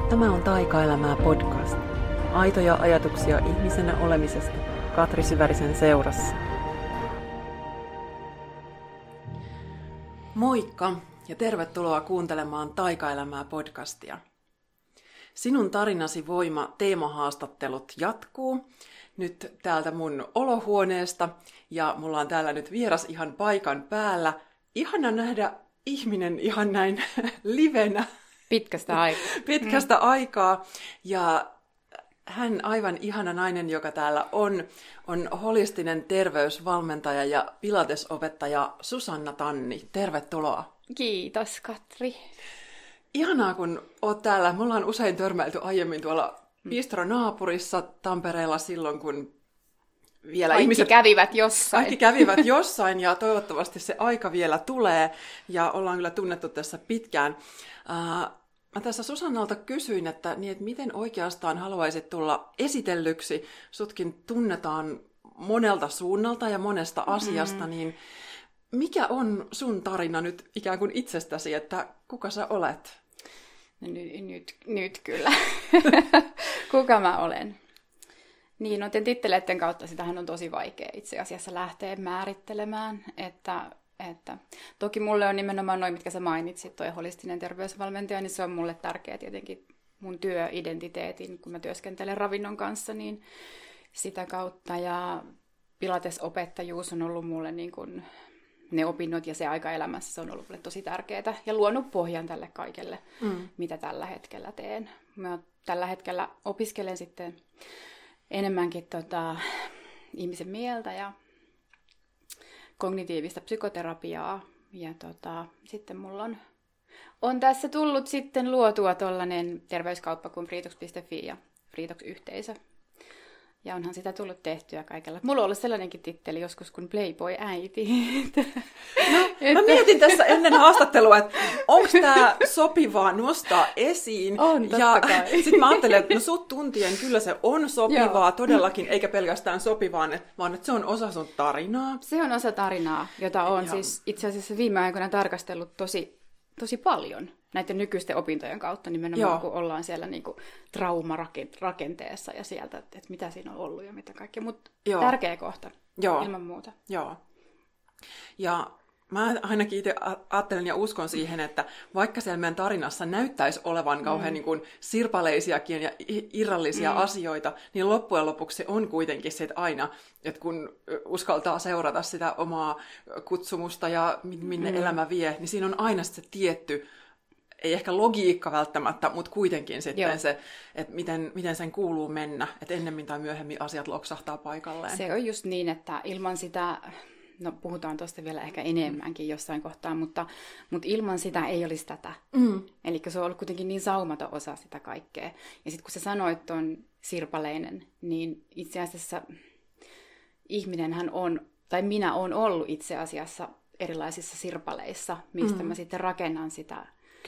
Tämä on Taikaelämää podcast. Aitoja ajatuksia ihmisenä olemisesta Katri Syvärisen seurassa. Moikka ja tervetuloa kuuntelemaan Taikaelämää podcastia. Sinun tarinasi voima teemahaastattelut jatkuu nyt täältä mun olohuoneesta ja mulla on täällä nyt vieras ihan paikan päällä. Ihana nähdä ihminen ihan näin livenä. Pitkästä aikaa. Ja hän aivan ihana nainen, joka täällä on holistinen terveysvalmentaja ja pilatesopettaja Susanna Tanni. Tervetuloa. Kiitos, Katri. Ihanaa, kun oot täällä. Me ollaan usein törmäilty aiemmin tuolla Bistro-naapurissa Tampereella silloin, kun vielä Kaikki kävivät jossain ja toivottavasti se aika vielä tulee. Ja ollaan kyllä tunnettu tässä pitkään. Mä tässä Susannalta kysyin, että miten oikeastaan haluaisit tulla esitellyksi. Sutkin tunnetaan monelta suunnalta ja monesta asiasta, niin mikä on sun tarina nyt ikään kuin itsestäsi, että kuka sä olet? No, nyt kyllä. Kuka mä olen? Niin, noiden titteleiden kautta sitähän on tosi vaikea itse asiassa lähteä määrittelemään, että toki mulle on nimenomaan noin, mitkä sä mainitsit, toi holistinen terveysvalmentaja, niin se on mulle tärkeä tietenkin mun työidentiteetin, kun mä työskentelen ravinnon kanssa, niin sitä kautta. Ja pilatesopettajuus on ollut mulle niin kuin ne opinnot ja se aika elämässä, se on ollut mulle tosi tärkeää ja luonut pohjan tälle kaikelle, mitä tällä hetkellä teen. Mä tällä hetkellä opiskelen sitten enemmänkin ihmisen mieltä ja kognitiivista psykoterapiaa. Ja sitten mulla on tässä tullut sitten luotua tollainen terveyskauppa kuin Freetox.fi ja Freetox-yhteisö. Ja onhan sitä tullut tehtyä kaikella. Mulla on ollut sellainenkin titteli joskus kuin Playboy-äiti. Mä mietin tässä ennen haastattelua, että onko tämä sopivaa nostaa esiin. On, totta kai. Sitten mä ajattelin, että sut tuntien kyllä se on sopivaa todellakin, eikä pelkästään sopivaa, vaan että se on osa sun tarinaa. Se on osa tarinaa, jota on siis itse asiassa viime aikoina tarkastellut tosi paljon näiden nykyisten opintojen kautta, nimenomaan kun ollaan siellä niinku traumarakenteessa ja sieltä, että mitä siinä on ollut ja mitä kaikkea. Mutta tärkeä kohta, ilman muuta. Joo. Ja mä ainakin itse ajattelen ja uskon siihen, että vaikka siellä meidän tarinassa näyttäisi olevan kauhean niin kuin sirpaleisiakin ja irrallisia asioita, niin loppujen lopuksi se on kuitenkin sit aina, että kun uskaltaa seurata sitä omaa kutsumusta ja minne elämä vie, niin siinä on aina se tietty, ei ehkä logiikka välttämättä, mutta kuitenkin sitten se, että miten sen kuuluu mennä, että ennemmin tai myöhemmin asiat loksahtaa paikalleen. Se on just niin, että ilman sitä, no puhutaan tuosta vielä ehkä enemmänkin jossain kohtaa, mutta ilman sitä ei olisi tätä. Eli se on ollut kuitenkin niin saumaton osa sitä kaikkea. Ja sitten kun sä sanoit tuon sirpaleinen, niin itse asiassa ihminenhän on, tai minä olen ollut itse asiassa erilaisissa sirpaleissa, mistä mä sitten rakennan sitä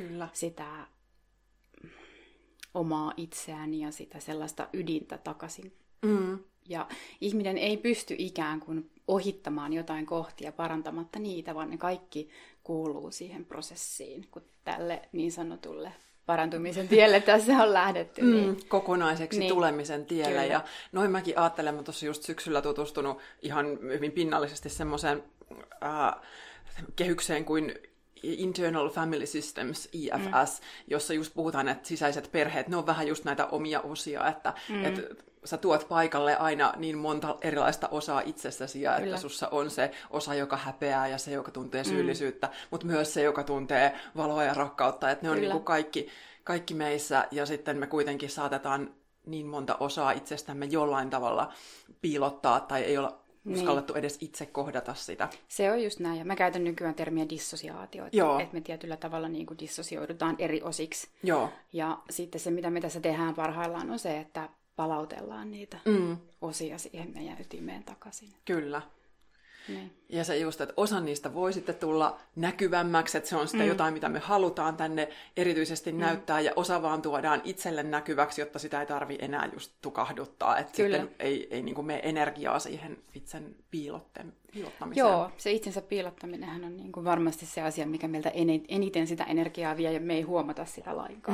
omaa itseäni ja sitä sellaista ydintä takaisin. Ja ihminen ei pysty ikään kuin ohittamaan jotain kohtia parantamatta niitä, vaan ne kaikki kuuluu siihen prosessiin, kun tälle niin sanotulle parantumisen tielle tässä on lähdetty. Kokonaiseksi tulemisen tielle. Kyllä. Ja noin mäkin ajattelen, mä tuossa just syksyllä tutustunut ihan hyvin pinnallisesti semmoiseen kehykseen kuin Internal Family Systems, IFS, jossa just puhutaan, että sisäiset perheet, ne on vähän just näitä omia osia, että sä tuot paikalle aina niin monta erilaista osaa itsessäsi, ja että sussa on se osa, joka häpeää, ja se, joka tuntee syyllisyyttä, mutta myös se, joka tuntee valoa ja rakkautta, että ne on niin kuin kaikki meissä, ja sitten me kuitenkin saatetaan niin monta osaa itsestämme jollain tavalla piilottaa, tai ei olla uskallettu edes itse kohdata sitä. Se on just näin, ja mä käytän nykyään termiä dissosiaatio, että me tietyllä tavalla niin kuin dissosioidutaan eri osiksi. Ja sitten se, mitä me tässä tehdään parhaillaan, on se, että palautellaan niitä osia siihen meidän ytimeen takaisin. Kyllä. Ja se just, että osa niistä voi sitten tulla näkyvämmäksi, että se on sitä jotain, mitä me halutaan tänne erityisesti näyttää, ja osa vaan tuodaan itselle näkyväksi, jotta sitä ei tarvitse enää just tukahduttaa, että sitten ei niin kuin mene energiaa siihen itsen piilottamiseen. Joo, se itsensä piilottaminenhan on niin kuin varmasti se asia, mikä meiltä eniten sitä energiaa vie, ja me ei huomata sitä lainkaan.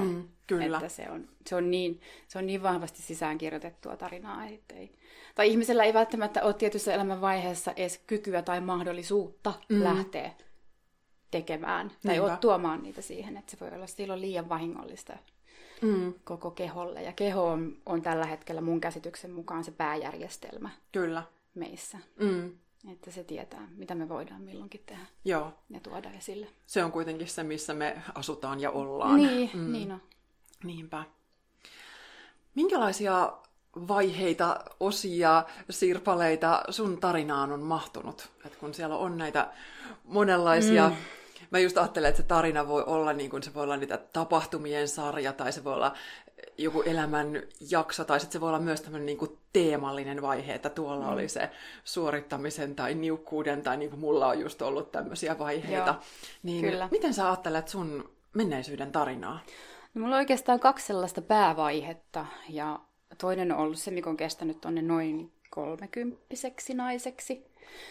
Kyllä. Että se on niin vahvasti sisäänkirjoitettua tarinaa, tai ihmisellä ei välttämättä ole tietyssä elämänvaiheessa edes kykyä tai mahdollisuutta lähteä tekemään tai tuomaan niitä siihen, että se voi olla silloin liian vahingollista koko keholle. Ja keho on tällä hetkellä mun käsityksen mukaan se pääjärjestelmä Kyllä. meissä. Että se tietää, mitä me voidaan milloinkin tehdä Joo. ja tuoda esille. Se on kuitenkin se, missä me asutaan ja ollaan. Niin on. Niinpä. Minkälaisia vaiheita, osia, sirpaleita sun tarinaan on mahtunut? Et kun siellä on näitä monenlaisia... Mä just ajattelen, että se tarina voi olla, niin kuin se voi olla niitä tapahtumien sarja, tai se voi olla joku elämän jakso, tai sitten se voi olla myös tämmöinen niin kuin teemallinen vaihe, että tuolla oli se suorittamisen tai niukkuuden, tai niin kuin mulla on just ollut tämmöisiä vaiheita. Joo, niin kyllä. Miten sä ajattelet sun menneisyyden tarinaa? No, mulla on oikeastaan 2 sellaista päävaihetta, ja toinen on ollut se, mikä on kestänyt tonne noin 30-vuotiaaksi naiseksi.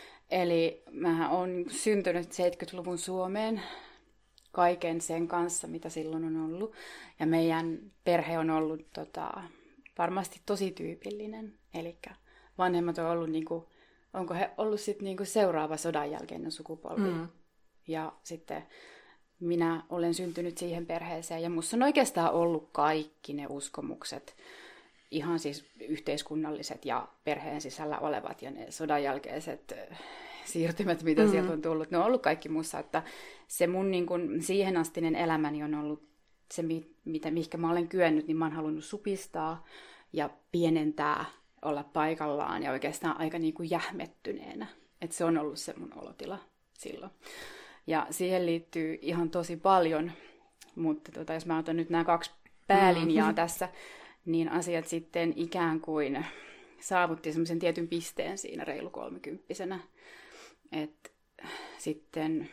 Eli mä oon syntynyt 70-luvun Suomeen kaiken sen kanssa, mitä silloin on ollut. Ja meidän perhe on ollut varmasti tosi tyypillinen. Eli vanhemmat on ollut, onko he ollut sitten seuraava sodan jälkeinen sukupolvi. Ja sitten minä olen syntynyt siihen perheeseen. Ja musta on oikeastaan ollut kaikki ne uskomukset, ihan siis yhteiskunnalliset ja perheen sisällä olevat ja ne sodan jälkeiset siirtymät, mitä sieltä on tullut. Ne on ollut kaikki musta, että se mun siihen astinen elämäni on ollut se, mihinkä mä olen kyennyt, niin mä oon halunnut supistaa ja pienentää, olla paikallaan ja oikeastaan aika jähmettyneenä. Että se on ollut se mun olotila silloin. Ja siihen liittyy ihan tosi paljon, mutta jos mä otan nyt nämä 2 päälinjaa tässä, niin asiat sitten ikään kuin saavutti semmoisen tietyn pisteen siinä reilu 30-vuotiaana. Että sitten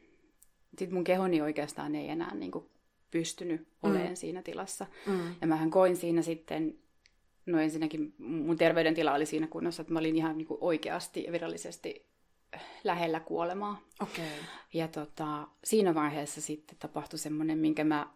mun kehoni oikeastaan ei enää pystynyt olemaan siinä tilassa. Ja mähän koin siinä sitten, no ensinnäkin mun terveydentila oli siinä kunnossa, että mä olin ihan oikeasti ja virallisesti lähellä kuolemaa. Okay. Ja siinä vaiheessa sitten tapahtui semmoinen, minkä mä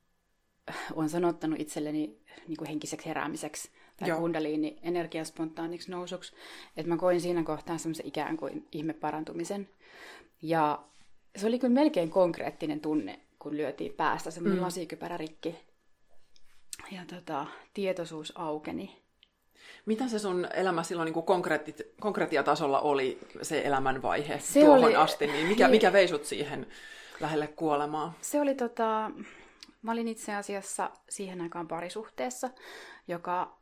olen sanottanut itselleni henkiseksi heräämiseksi tai kundaliini energiaspontaaniksi nousuksi. Että mä koin siinä kohtaa semmoisen ikään kuin ihmeparantumisen. Ja se oli kyllä melkein konkreettinen tunne, kun lyötiin päästä semmoinen lasikypärä rikki. Ja tietoisuus aukeni. Mitä se sun elämä silloin konkretiatasolla oli, se elämänvaihe se tuohon oli, asti? Niin mikä vei sut siihen lähelle kuolemaa? Se oli mä olin itse asiassa siihen aikaan parisuhteessa, joka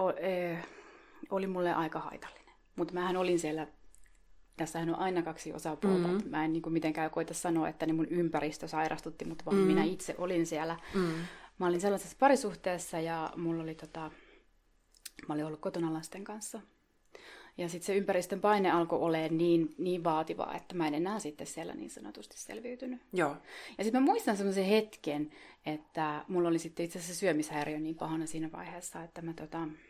oli mulle aika haitallinen. Mutta mähän olin siellä, tässähän on aina 2 osapuolta. Mä en mitenkään koita sanoa, että mun ympäristö sairastutti, mutta vaan minä itse olin siellä. Mä olin sellaisessa parisuhteessa ja mulla oli mä olin ollut kotona lasten kanssa. Ja sitten se ympäristön paine alkoi olemaan niin vaativaa, että mä en enää sitten siellä niin sanotusti selviytynyt. Joo. Ja sitten mä muistan semmoisen hetken, että mulla oli sitten itse asiassa syömishäiriö niin pahana siinä vaiheessa, että mä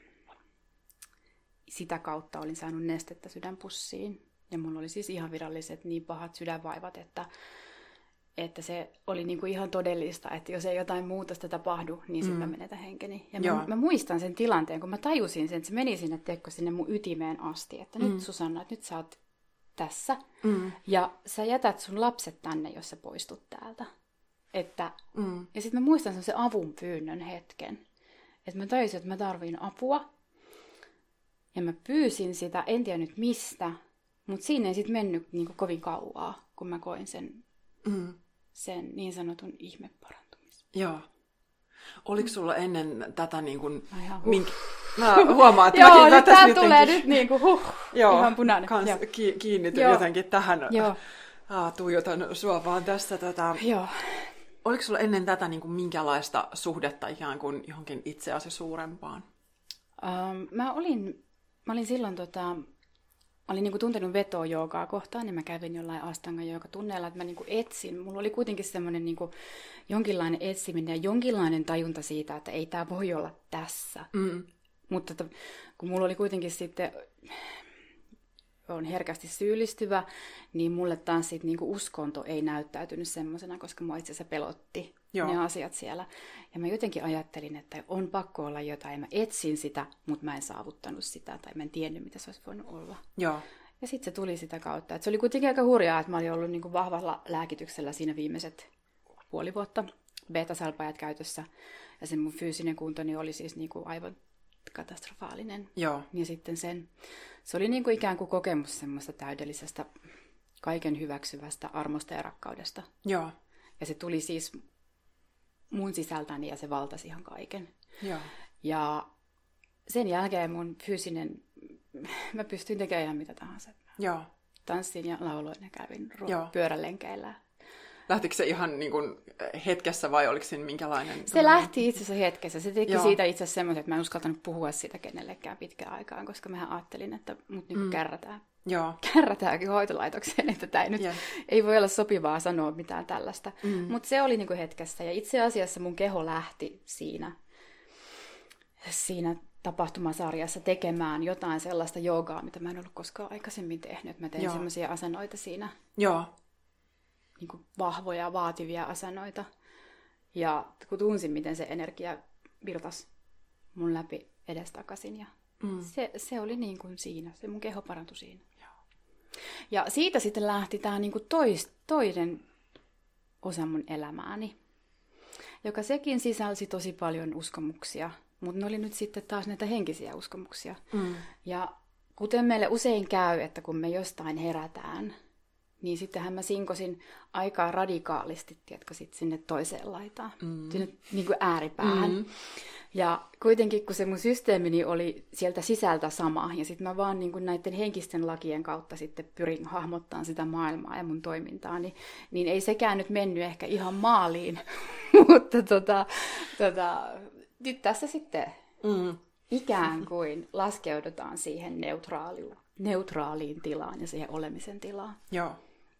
sitä kautta olin saanut nestettä sydänpussiin. Ja mulla oli siis ihan viralliset niin pahat sydänvaivat, että se oli ihan todellista, että jos ei jotain muutosta tapahdu, niin sitten mä menetän henkeni. Ja mä muistan sen tilanteen, kun mä tajusin sen, että se meni sinne mun ytimeen asti, että nyt Susanna, että nyt sä oot tässä, ja sä jätät sun lapset tänne, jos sä poistut täältä. Ja sitten mä muistan sen avun pyynnön hetken, että mä tajusin, että mä tarviin apua, ja mä pyysin sitä, en tiedä nyt mistä, mutta siinä ei sitten mennyt kovin kauaa, kun mä koin sen niin sanotun ihmeparantumisen. Joo. Oliko sulla ennen tätä Mä huomaan, että joo, nyt tää tulee nyt ihan punainen. Kiinnityn jotenkin tähän. Joo. Tuijotan sua vaan tässä. Joo. Oliko sulla ennen tätä minkälaista suhdetta ikään kuin johonkin itseäsi suurempaan? Mä olin silloin olin tuntenut veto-joogaa kohtaan, niin mä kävin jollain astanga-jooga-tunneilla, että mä etsin. Mulla oli kuitenkin semmoinen jonkinlainen etsiminen ja jonkinlainen tajunta siitä, että ei tää voi olla tässä. Mutta kun mulla oli kuitenkin sitten, on herkästi syyllistyvä, niin mulle taas sitten uskonto ei näyttäytynyt semmoisena, koska mua itse asiassa pelotti ne asiat siellä. Ja mä jotenkin ajattelin, että on pakko olla jotain. Mä etsin sitä, mutta mä en saavuttanut sitä tai mä en tiennyt, mitä se olisi voinut olla. Joo. Ja sitten se tuli sitä kautta. Et se oli kuitenkin aika hurjaa, että mä olin ollut niinku vahvalla lääkityksellä siinä viimeiset puoli vuotta. Beta-salpajat käytössä. Ja se mun fyysinen kuntoni oli siis niinku aivan katastrofaalinen. Joo. Ja sitten se oli niinku ikään kuin kokemus semmoista täydellisestä, kaiken hyväksyvästä armosta ja rakkaudesta. Joo. Ja se tuli siis mun sisältäni ja se valtasi ihan kaiken. Joo. Ja sen jälkeen mun fyysinen, mä pystyin tekemään ihan mitä tahansa. Joo. Tanssin ja lauloin ja kävin pyörälenkeillä. Lähtikö se ihan niin kuin hetkessä vai oliko siinä minkälainen? Se lähti itse asiassa hetkessä. Se teki siitä itse asiassa semmoisen, että mä en uskaltanut puhua siitä kenellekään pitkään aikaan, koska mä ajattelin, että mut niin kuin kärrätään. Joo. Kärrätäänkin hoitolaitokseen, että tämä nyt ei voi olla sopivaa sanoa mitään tällaista. Mutta se oli niin kuin hetkessä. Ja itse asiassa mun keho lähti siinä tapahtumasarjassa tekemään jotain sellaista joogaa, mitä mä en ollut koskaan aikaisemmin tehnyt. Mä tein semmoisia asanoita siinä. Joo. Niin kuin vahvoja, vaativia asanoita. Ja kun tunsin, miten se energia virtasi mun läpi edestakaisin. Ja se oli niin kuin siinä. Se mun keho parantui siinä. Ja siitä sitten lähti tämä niin kuin toinen osa mun elämääni, joka sekin sisälsi tosi paljon uskomuksia. Mutta ne oli nyt sitten taas näitä henkisiä uskomuksia. Ja kuten meille usein käy, että kun me jostain herätään, niin sittenhän mä sinkosin aika radikaalisti, tiedätkö, sit sinne toiseen laitaan, sinne niin kuin ääripäähän. Ja kuitenkin, kun se mun systeemini oli sieltä sisältä sama, ja sitten mä vaan niin kuin näiden henkisten lakien kautta sitten pyrin hahmottamaan sitä maailmaa ja mun toimintaa, niin ei sekään nyt mennyt ehkä ihan maaliin, mutta nyt tässä sitten ikään kuin laskeudutaan siihen neutraaliin tilaan ja siihen olemisen tilaan. Joo.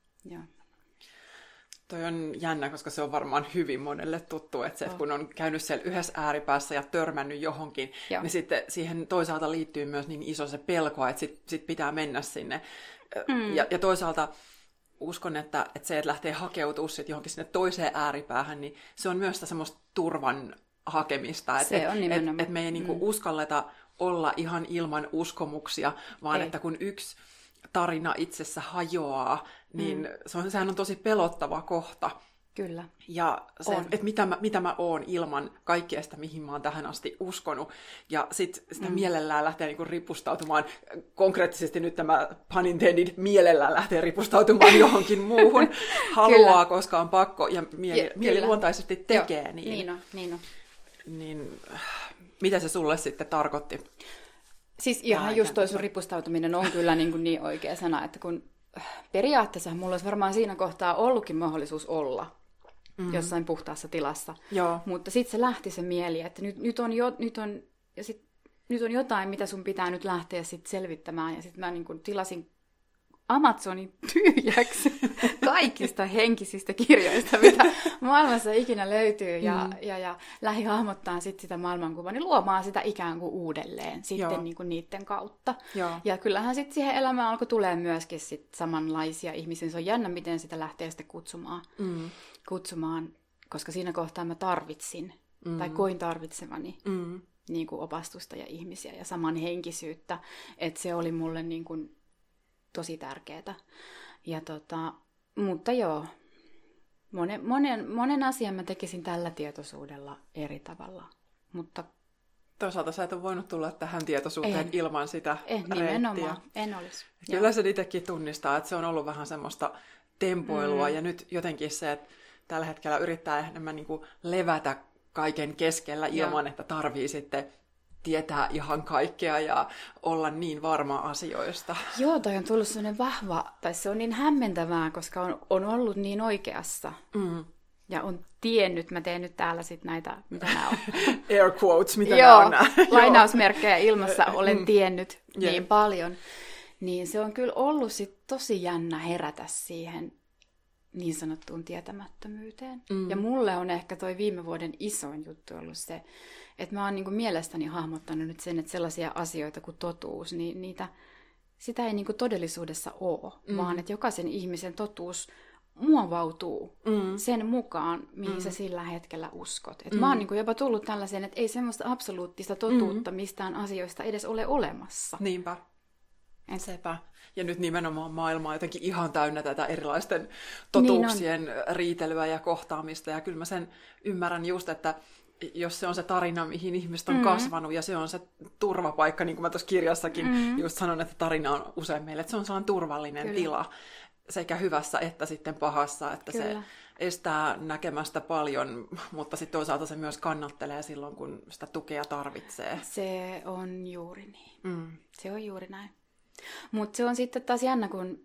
Toi on jännä, koska se on varmaan hyvin monelle tuttu, että kun on käynyt siellä yhdessä ääripäässä ja törmännyt johonkin, niin sitten siihen toisaalta liittyy myös niin iso se pelko, että sit pitää mennä sinne. Ja toisaalta uskon, että se, että lähtee hakeutumaan sit johonkin sinne toiseen ääripäähän, niin se on myös sitä semmoista turvan hakemista. Että me ei niinku uskalleta olla ihan ilman uskomuksia, vaan että kun yksi tarina itsessä hajoaa, niin sehän on tosi pelottava kohta. Kyllä. Ja se, että mitä mä oon ilman kaikkea sitä, mihin mä oon tähän asti uskonut. Ja sitten sitä mielellään lähtee niinku ripustautumaan, konkreettisesti nyt tämä pun intended, mielellään lähtee ripustautumaan johonkin muuhun. Haluaa, koska on pakko, ja mieli luontaisesti tekee niin. Niin on. Niin, mitä se sulle sitten tarkoitti? Siis ihan just toi sun ripustautuminen on kyllä niin oikea sana, että kun periaatteessa mulla olisi varmaan siinä kohtaa ollutkin mahdollisuus olla jossain puhtaassa tilassa. Mutta sitten se lähti se mieli, että nyt on jotain, mitä sun pitää nyt lähteä sit selvittämään. Ja sitten mä niin kun tilasin Amazonin tyhjäksi kaikista henkisistä kirjoista, mitä maailmassa ikinä löytyy, ja lähdin hahmottaa sitten sitä maailmankuvaa, niin luomaan sitä ikään kuin uudelleen sitten niin kuin niiden kautta. Ja kyllähän sitten siihen elämään alkoi tulee myöskin sit samanlaisia ihmisiä. Se on jännä, miten sitä lähtee sitten kutsumaan, koska siinä kohtaa mä tarvitsin, tai koin tarvitsevani niin kuin opastusta ja ihmisiä ja samanhenkisyyttä, että se oli mulle niin kuin tosi tärkeää. Ja mutta monen asian mä tekisin tällä tietoisuudella eri tavalla. Mutta toisaalta sä et ole voinut tulla tähän tietoisuuteen ilman sitä reittiä. Nimenomaan, en olisi. Kyllä se itsekin tunnistaa, että se on ollut vähän semmoista tempoilua, ja nyt jotenkin se, että tällä hetkellä yrittää enemmän niin kuin levätä kaiken keskellä ilman, että tarvii sitten tietää ihan kaikkea ja olla niin varma asioista. Joo, toi on tullut sellainen vahva, tai se on niin hämmentävää, koska on ollut niin oikeassa. Ja on tiennyt, mä teen nyt täällä sitten näitä, mitä nämä on. Air quotes, mitä nämä on nämä. Lainausmerkkejä ilmassa, olen tiennyt niin paljon. Niin se on kyllä ollut sit tosi jännä herätä siihen niin sanottuun tietämättömyyteen. Ja mulle on ehkä toi viime vuoden isoin juttu ollut se, että mä oon niinku mielestäni hahmottanut nyt sen, että sellaisia asioita kuin totuus, niin sitä ei niinku todellisuudessa ole, vaan että jokaisen ihmisen totuus muovautuu sen mukaan, mihin sä sillä hetkellä uskot. Et mä oon niinku jopa tullut tällaiseen, että ei semmoista absoluuttista totuutta mistään asioista edes ole olemassa. Niinpä. Sepä. Ja nyt nimenomaan maailma on jotenkin ihan täynnä tätä erilaisten totuuksien riitelyä ja kohtaamista. Ja kyllä mä sen ymmärrän just, että jos se on se tarina, mihin ihmiset on kasvanut, ja se on se turvapaikka, niin kuin mä tuossa kirjassakin just sanon, että tarina on usein meille, että se on sellainen turvallinen tila, sekä hyvässä että sitten pahassa, että se estää näkemästä paljon, mutta sitten toisaalta se myös kannattelee silloin, kun sitä tukea tarvitsee. Se on juuri niin. Se on juuri näin. Mutta se on sitten taas jännä, kun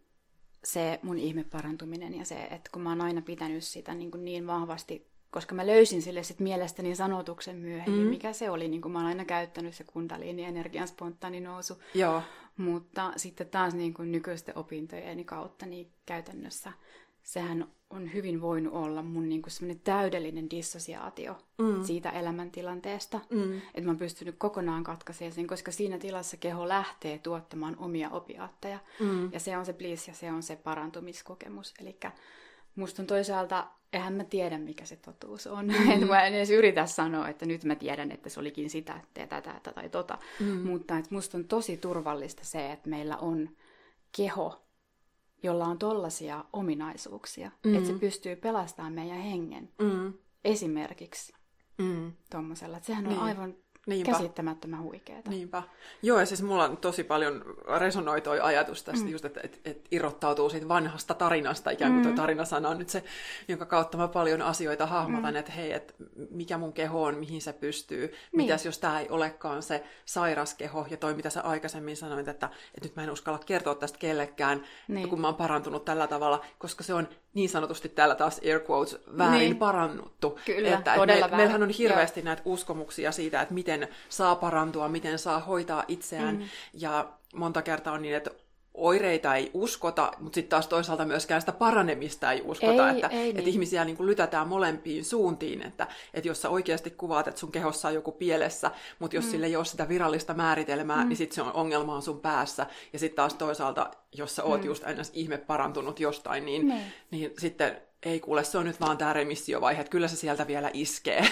se mun ihmeparantuminen ja se, että kun mä oon aina pitänyt sitä niin vahvasti, koska mä löysin sille sit mielestäni sanotuksen myöhemmin, mikä se oli, niin kuin mä oon aina käyttänyt se kundaliini-energian spontaani nousu. Joo. Mutta sitten taas niin kuin nykyisten opintojeni kautta, niin käytännössä sehän on hyvin voinut olla mun niin kuin semmoinen täydellinen dissosiaatio siitä elämäntilanteesta. Että mä oon pystynyt kokonaan katkaisemaan sen, koska siinä tilassa keho lähtee tuottamaan omia opiaatteja. Ja se on se bliss ja se on se parantumiskokemus. Eli musta on toisaalta, eihän mä tiedä mikä se totuus on. Että mä en edes yritä sanoa, että nyt mä tiedän, että se olikin sitä ja tätä tai tota. Mutta että musta on tosi turvallista se, että meillä on keho, jolla on tollaisia ominaisuuksia, että se pystyy pelastamaan meidän hengen. Esimerkiksi tommosella. Että sehän on aivan käsittämättömän huikeeta. Niinpä. Joo, ja siis mulla tosi paljon resonoi toi ajatus tästä just, että irrottautuu siitä vanhasta tarinasta. Ikään kuin toi tarinasana on nyt se, jonka kautta mä paljon asioita hahmotan, että hei, että mikä mun keho on, mihin se pystyy. Mitäs jos tää ei olekaan se sairas keho, ja toi mitä sä aikaisemmin sanoit, että nyt mä en uskalla kertoa tästä kellekään, kun mä oon parantunut tällä tavalla, koska se on niin sanotusti täällä taas air quotes väärin parannuttu. Kyllä, että todella väärin. Meillähän on hirveästi näitä uskomuksia siitä, että miten saa parantua, miten saa hoitaa itseään. Ja monta kertaa on niin, että oireita ei uskota, mutta sitten taas toisaalta myöskään sitä paranemista ei uskota. Että ihmisiä niin kuin lytätään molempiin suuntiin. Että jos sä oikeasti kuvaat, että sun kehossa on joku pielessä, mutta jos sille ei ole sitä virallista määritelmää, niin sitten se ongelma on sun päässä. Ja sitten taas toisaalta, jos sä oot just aina ihme parantunut jostain, niin sitten ei kuule, se on nyt vaan tämä remissiovaihe, että kyllä se sieltä vielä iskee.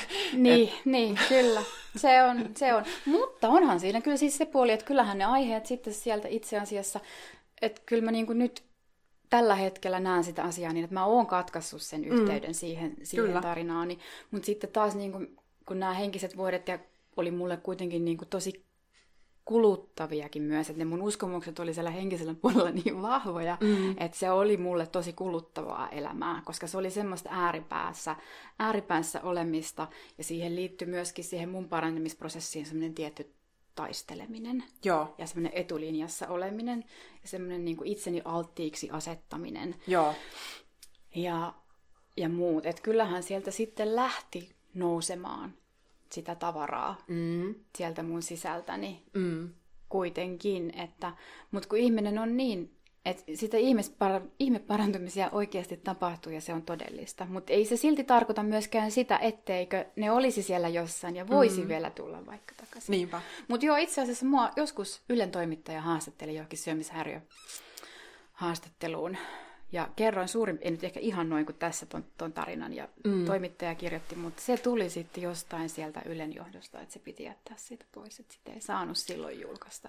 Niin, kyllä. Se on. Mutta onhan siinä kyllä siis se puoli, että kyllähän ne aiheet sitten sieltä itse asiassa, että kyllä mä niin kuin nyt tällä hetkellä näen sitä asiaa niin, että mä oon katkaissut sen yhteyden siihen tarinaani. Mutta sitten taas niin kuin, kun nämä henkiset vuodet ja oli mulle kuitenkin niin kuin tosi kuluttaviakin myös, että ne mun uskomukset oli siellä henkisellä puolella niin vahvoja, että se oli mulle tosi kuluttavaa elämää, koska se oli semmoista ääripäässä olemista, ja siihen liittyi myöskin siihen mun paranemisprosessiin semmoinen tietty taisteleminen. Joo. Ja semmoinen etulinjassa oleminen, ja semmoinen niin kuin itseni alttiiksi asettaminen. Joo. Ja muut. Että kyllähän sieltä sitten lähti nousemaan sitä tavaraa sieltä mun sisältäni kuitenkin. Mutta kun ihminen on niin, että sitä ihmeparantumisia oikeasti tapahtuu ja se on todellista. Mutta ei se silti tarkoita myöskään sitä, etteikö ne olisi siellä jossain ja voisi vielä tulla vaikka takaisin. Niinpä. Mutta joo, itse asiassa mua joskus Ylen toimittaja haastatteli johonkin syömishäiriö-haastatteluun. Ja kerroin ei nyt ehkä ihan noin kuin tässä ton tarinan, ja toimittaja kirjoitti, mutta se tuli sitten jostain sieltä Ylen johdosta, että se piti jättää siitä pois, että sitä ei saanut silloin julkaista.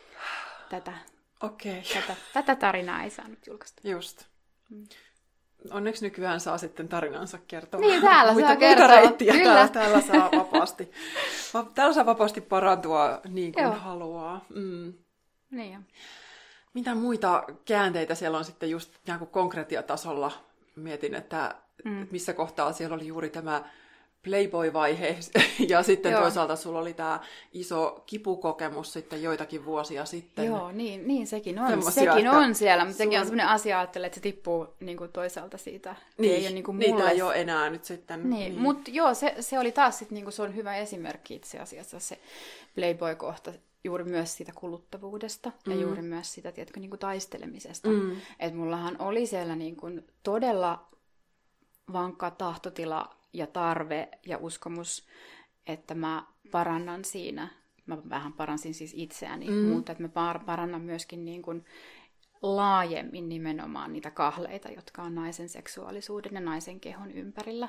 Tätä tarinaa ei saanut julkaista. Just. Onneksi nykyään saa sitten tarinansa kertoa. Niin, täällä saa kertoa. Reittiä. Täällä saa vapaasti. Täällä saa vapaasti parantua niin kuin haluaa. Niin jo. Mitä muita käänteitä siellä on sitten just konkretiatasolla? Mietin, että missä kohtaa siellä oli juuri tämä Playboy-vaihe, ja sitten toisaalta sulla oli tämä iso kipukokemus sitten joitakin vuosia sitten. Joo, niin sekin on. Sekin on siellä, mutta sekin on sellainen asia, että se tippuu niin kuin toisaalta siitä. Niin, ei ole niitä ei ole enää nyt sitten. Niin. Mutta joo, se oli taas sitten, niin kuin se on hyvä esimerkki itse asiassa se Playboy-kohta. Juuri myös siitä kuluttavuudesta ja juuri myös sitä, tiedätkö, niin kuin taistelemisesta. Että mullahan oli siellä niin kuin todella vankka tahtotila ja tarve ja uskomus, että mä parannan siinä. Mä vähän paransin siis itseäni, mutta että mä parannan myöskin niin kuin laajemmin nimenomaan niitä kahleita, jotka on naisen seksuaalisuuden ja naisen kehon ympärillä.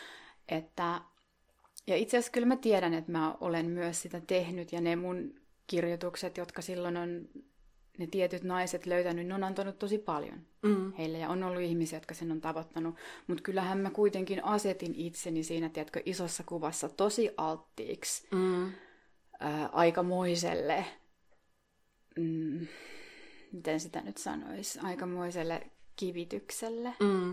Ja itse asiassa kyllä mä tiedän, että mä olen myös sitä tehnyt, ja ne mun kirjoitukset, jotka silloin on ne tietyt naiset löytänyt, ne on antanut tosi paljon heille, ja on ollut ihmisiä, jotka sen on tavoittanut. Mutta kyllähän mä kuitenkin asetin itseni siinä, tiedätkö, isossa kuvassa tosi alttiiksi aikamoiselle, miten sitä nyt sanoisi, aikamoiselle kivitykselle.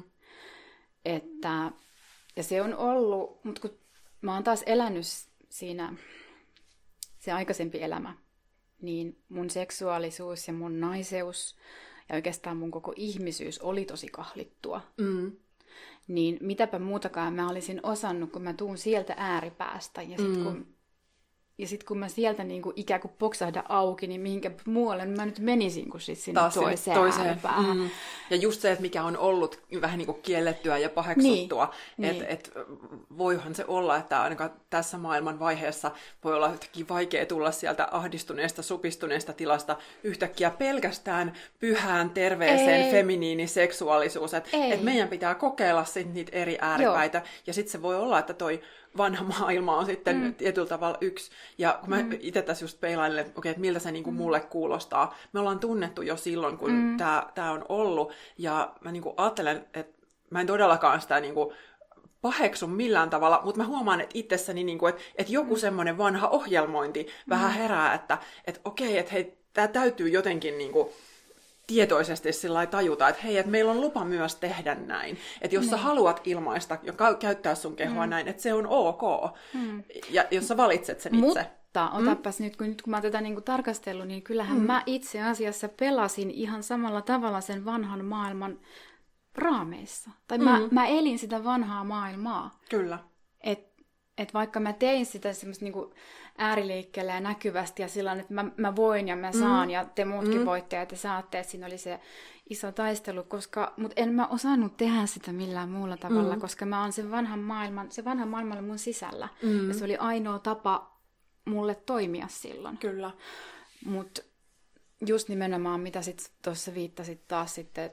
Ja se on ollut, mutta kun mä oon taas elänyt siinä, se aikaisempi elämä, niin mun seksuaalisuus ja mun naiseus ja oikeastaan mun koko ihmisyys oli tosi kahlittua. Niin mitäpä muutakaan mä olisin osannut, kun mä tuun sieltä ääripäästä. Ja sit kun mä sieltä niinku ikään kuin poksahda auki, niin mihinkä muualle mä nyt menisin kuin sit sinne toiseen ääripäähän. Ja just se, että mikä on ollut vähän niin kuin kiellettyä ja paheksuttua. Niin. Että voihan se olla, että ainakaan tässä maailman vaiheessa voi olla yhtäkkiä vaikea tulla sieltä ahdistuneesta, supistuneesta tilasta yhtäkkiä pelkästään pyhään, terveeseen, feminiiniseksuaalisuus. Että meidän pitää kokeilla sit niitä eri ääripäitä. Joo. Ja sitten se voi olla, että toi vanha maailma on sitten tietyllä tavalla yksi. Ja kun mä itse tässä just peilailen, että miltä se niin kuin mulle kuulostaa. Me ollaan tunnettu jo silloin, kun tää on ollut. Ja mä niin kuin ajattelen, että mä en todellakaan sitä niin kuin paheksu millään tavalla, mutta mä huomaan, että itsessäni, niin kuin, että joku semmoinen vanha ohjelmointi vähän herää, että okei, että hei, tää täytyy jotenkin niin kuin tietoisesti sillä tajuta, että hei, että meillä on lupa myös tehdä näin. Että jos sä haluat ilmaista ja käyttää sun kehoa näin, että se on ok. Ja jos sä valitset sen itse. Mutta otapas nyt kun mä oon tätä niinku tarkastellut, niin kyllähän mä itse asiassa pelasin ihan samalla tavalla sen vanhan maailman raameissa. Tai mä elin sitä vanhaa maailmaa. Kyllä. Et vaikka mä tein sitä semmoista niinku ääriliikkeellä ja näkyvästi ja sillä että mä voin ja mä saan ja te muutkin voitte ja te saatte, että siinä oli se iso taistelu, mutta en mä osannut tehdä sitä millään muulla tavalla, koska mä oon se vanha maailma oli mun sisällä ja se oli ainoa tapa mulle toimia silloin. Kyllä. Mutta just nimenomaan mitä sit tuossa viittasit taas sitten,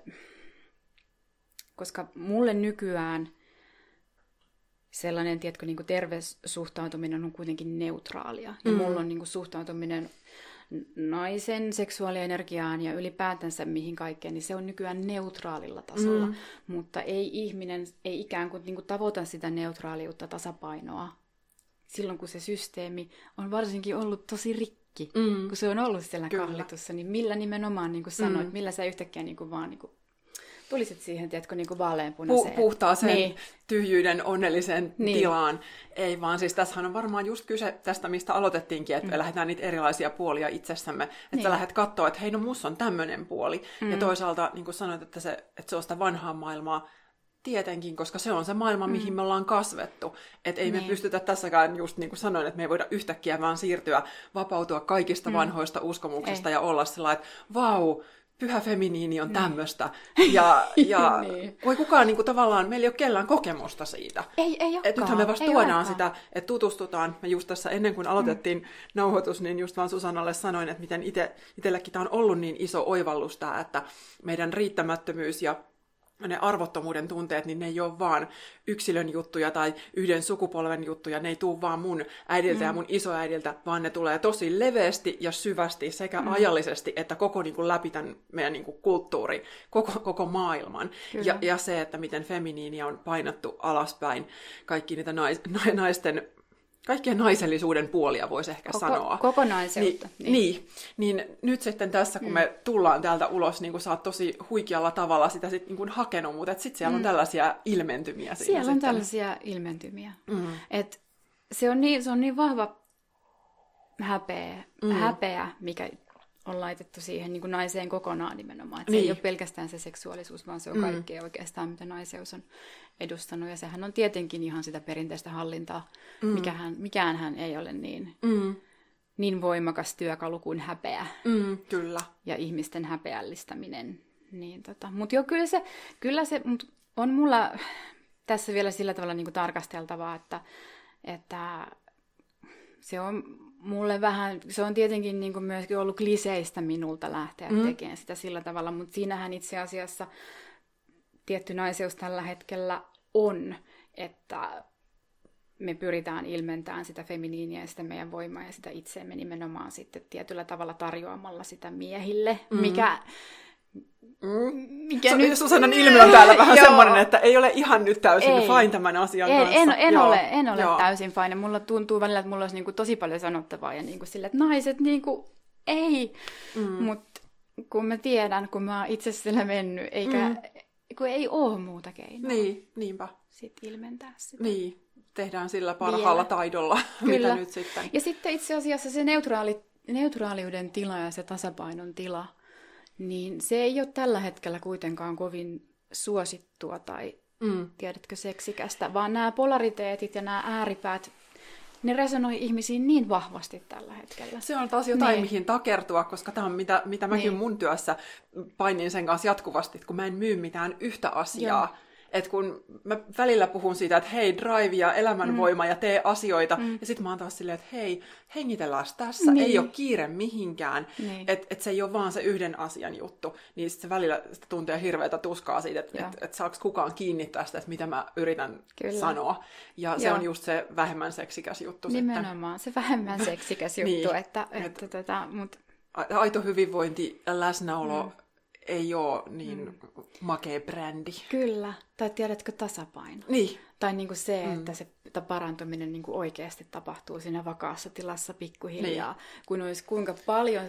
koska mulle nykyään sellainen, tiedätkö, niin kuin terveyssuhtautuminen on kuitenkin neutraalia. Ja mulla on niin kuin suhtautuminen naisen seksuaalienergiaan ja ylipäätänsä mihin kaikkeen, niin se on nykyään neutraalilla tasolla. Mutta ihminen ei ikään kuin, tavoita sitä neutraaliutta, tasapainoa silloin, kun se systeemi on varsinkin ollut tosi rikki. Kun se on ollut siellä kahlitussa, niin millä nimenomaan, niin kuin sanoit, millä sä yhtäkkiä niin kuin vaan... Niin kuin tulisit siihen, tiedätkö, niin kuin vaaleanpunaiseen. Puhtaaseen tyhjyyden onnelliseen tilaan. Ei vaan, siis tässähän on varmaan just kyse tästä, mistä aloitettiinkin, että lähdetään niitä erilaisia puolia itsessämme. Että sä lähdet katsoa, että hei, no musta on tämmöinen puoli. Ja toisaalta, niin kuin sanoit, että se on sitä vanhaa maailmaa, tietenkin, koska se on se maailma, mihin me ollaan kasvettu. Että ei me pystytä tässäkään, just niin kuin sanoin, että me ei voida yhtäkkiä vaan siirtyä, vapautua kaikista vanhoista uskomuksista ja olla sellainen, että vau, pyhä feminiini on tämmöistä. Ja voi kukaan niin kuin, tavallaan, meillä ei ole kellään kokemusta siitä. Ei olekaan. Nythän me vasta tuodaan sitä, että tutustutaan. Me just tässä ennen kuin aloitettiin nauhoitus, niin just vaan Susannalle sanoin, että miten itsellekin tämä on ollut niin iso oivallus tämä, että meidän riittämättömyys ja ne arvottomuuden tunteet, niin ne ei ole vaan yksilön juttuja tai yhden sukupolven juttuja, ne ei tule vaan mun äidiltä ja mun isoäidiltä, vaan ne tulee tosi leveästi ja syvästi sekä ajallisesti, että koko niin kuin läpi tämän meidän niin kuin kulttuuri, koko maailman. Ja se, että miten feminiinia on painattu alaspäin, kaikki niitä naisten... Kaikkien naisellisuuden puolia voisi ehkä sanoa. Kokonaisuutta. Niin nyt sitten tässä, kun me tullaan täältä ulos, niin kuin sä oot tosi huikealla tavalla sitä sit niin kuin hakenut, mutta sitten siellä on tällaisia ilmentymiä. Siellä on tällaisia ilmentymiä. Et se on niin vahva häpeä, mikä on laitettu siihen niin kuin naiseen kokonaan nimenomaan. Se ei ole pelkästään se seksuaalisuus, vaan se on kaikkea oikeastaan, mitä naiseus on edustanut. Ja sehän on tietenkin ihan sitä perinteistä hallintaa. Mikäänhän ei ole niin voimakas työkalu kuin häpeä. Kyllä. Ja ihmisten häpeällistäminen. Niin, mutta joo, kyllä se on mulla tässä vielä sillä tavalla niin kuin tarkasteltavaa, että se on mulle vähän, se on tietenkin niin kuin myöskin ollut kliseistä minulta lähteä tekemään sitä sillä tavalla, mutta siinähän itse asiassa tietty naiseus tällä hetkellä on, että me pyritään ilmentämään sitä feminiiniä ja sitä meidän voimaa ja sitä itseemme nimenomaan sitten tietyllä tavalla tarjoamalla sitä miehille, mikä nyt... Susannan ilme on täällä vähän semmoinen, että ei ole ihan nyt täysin fine tämän asian kanssa. En ole täysin fine. Mulla tuntuu välillä, että mulla olisi niinku tosi paljon sanottavaa ja niinku sille, että naiset niinku ei. Mutta kun mä tiedän, kun mä oon itse siellä mennyt, kun ei ole muuta keinoa. Niin, niinpä. Sitten ilmentää sitä. Niin, tehdään sillä parhaalla taidolla, mitä nyt sitten. Ja sitten itse asiassa se neutraaliuden tila ja se tasapainon tila, niin se ei ole tällä hetkellä kuitenkaan kovin suosittua tai tiedätkö seksikästä, vaan nämä polariteetit ja nämä ääripäät, ne resonoi ihmisiin niin vahvasti tällä hetkellä. Se on taas jotain, mihin takertua, koska tämä on mitä mäkin mun työssä painin sen kanssa jatkuvasti, että kun mä en myy mitään yhtä asiaa, että kun mä välillä puhun siitä, että hei, drive ja elämänvoima ja tee asioita, ja sitten mä oon taas silleen, että hei, hengitellään tässä, ei ole kiire mihinkään, että se ei ole vaan se yhden asian juttu, niin sitten se välillä sitä tuntee hirveätä tuskaa siitä, että saako kukaan kiinni tästä, että mitä mä yritän sanoa. Ja se on just se vähemmän seksikäs juttu nimenomaan, se vähemmän seksikäs juttu, mutta aito hyvinvointi ja läsnäolo ei ole niin makea brändi. Kyllä. Tai tiedätkö tasapaino. Niin. Tai niinku se, että se parantuminen niinku oikeasti tapahtuu siinä vakaassa tilassa pikkuhiljaa. Kun olisi kuinka paljon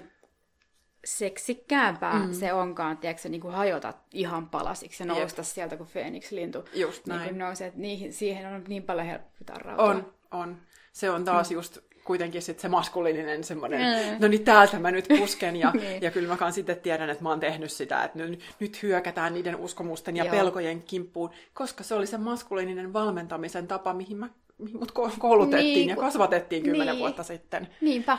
seksikkäämpää se onkaan, tiedätkö, niinku hajota ihan palasiksi ja nousta sieltä kuin Feeniks-lintu. Just näin. Niin nousee, että siihen on niin paljon helpompi tarrautua. On. Se on taas just kuitenkin sit se maskuliininen semmoinen, no niin täältä mä nyt pusken, ja kyllä mä sitten tiedän, että mä oon tehnyt sitä, että nyt hyökätään niiden uskomusten ja pelkojen kimppuun, koska se oli se maskuliininen valmentamisen tapa, mihin mut koulutettiin ja kasvatettiin 10 vuotta sitten. Niinpä,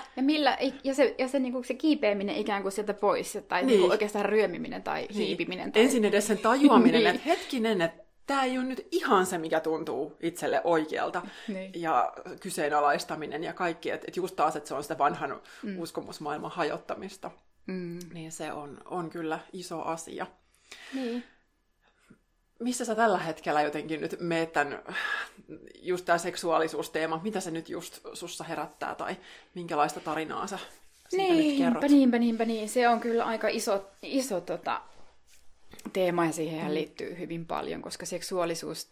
ja se, niinku, se kiipeäminen ikään kuin sieltä pois, tai niinku oikeastaan ryömiminen tai hiipiminen. Tai... Ensin edes sen tajuaminen, että hetkinen, että tämä ei ole nyt ihan se, mikä tuntuu itselle oikealta. Ja kyseenalaistaminen ja kaikki. Että just taas, että se on sitä vanhan uskomusmaailman hajottamista. Niin se on kyllä iso asia. Niin. Missä sä tällä hetkellä jotenkin nyt meet tämän, just tämä seksuaalisuusteema, mitä se nyt just sussa herättää tai minkälaista tarinaa sä siitä nyt kerrot? Niinpä. Se on kyllä aika iso teema ja siihen liittyy hyvin paljon, koska seksuaalisuus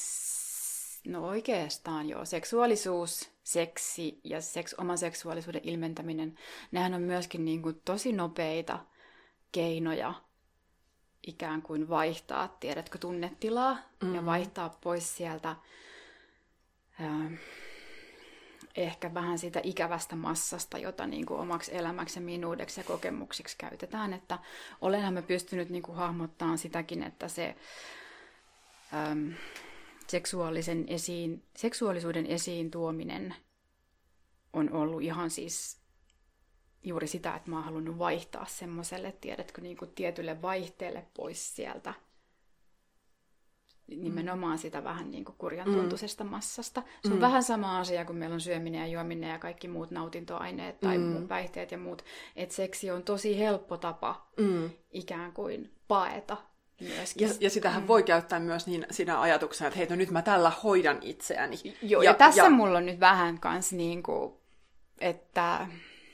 seksuaalisuus, seksi ja oman seksuaalisuuden ilmentäminen, nehän on myöskin niin kuin tosi nopeita keinoja ikään kuin vaihtaa, tiedätkö, tunnetilaa ja vaihtaa pois sieltä ehkä vähän siitä ikävästä massasta, jota niin kuin omaksi elämäksi ja minuudeksi ja kokemuksiksi käytetään. Että olenhan mä pystynyt niin kuin hahmottamaan sitäkin, että se seksuaalisuuden esiin tuominen on ollut ihan siis juuri sitä, että mä oon halunnut vaihtaa semmoiselle, tiedätkö, niin kuin tietylle vaihteelle pois sieltä nimenomaan sitä vähän niin kuin kurjan tuntuisesta massasta. Se on vähän sama asia, kun meillä on syöminen ja juominen ja kaikki muut nautintoaineet tai muut päihteet ja muut. Että seksi on tosi helppo tapa ikään kuin paeta myöskin. Ja sitähän voi käyttää myös niin siinä ajatuksena, että hei, no nyt mä tällä hoidan itseäni. Joo, ja tässä mulla on nyt vähän kans niin kuin, että...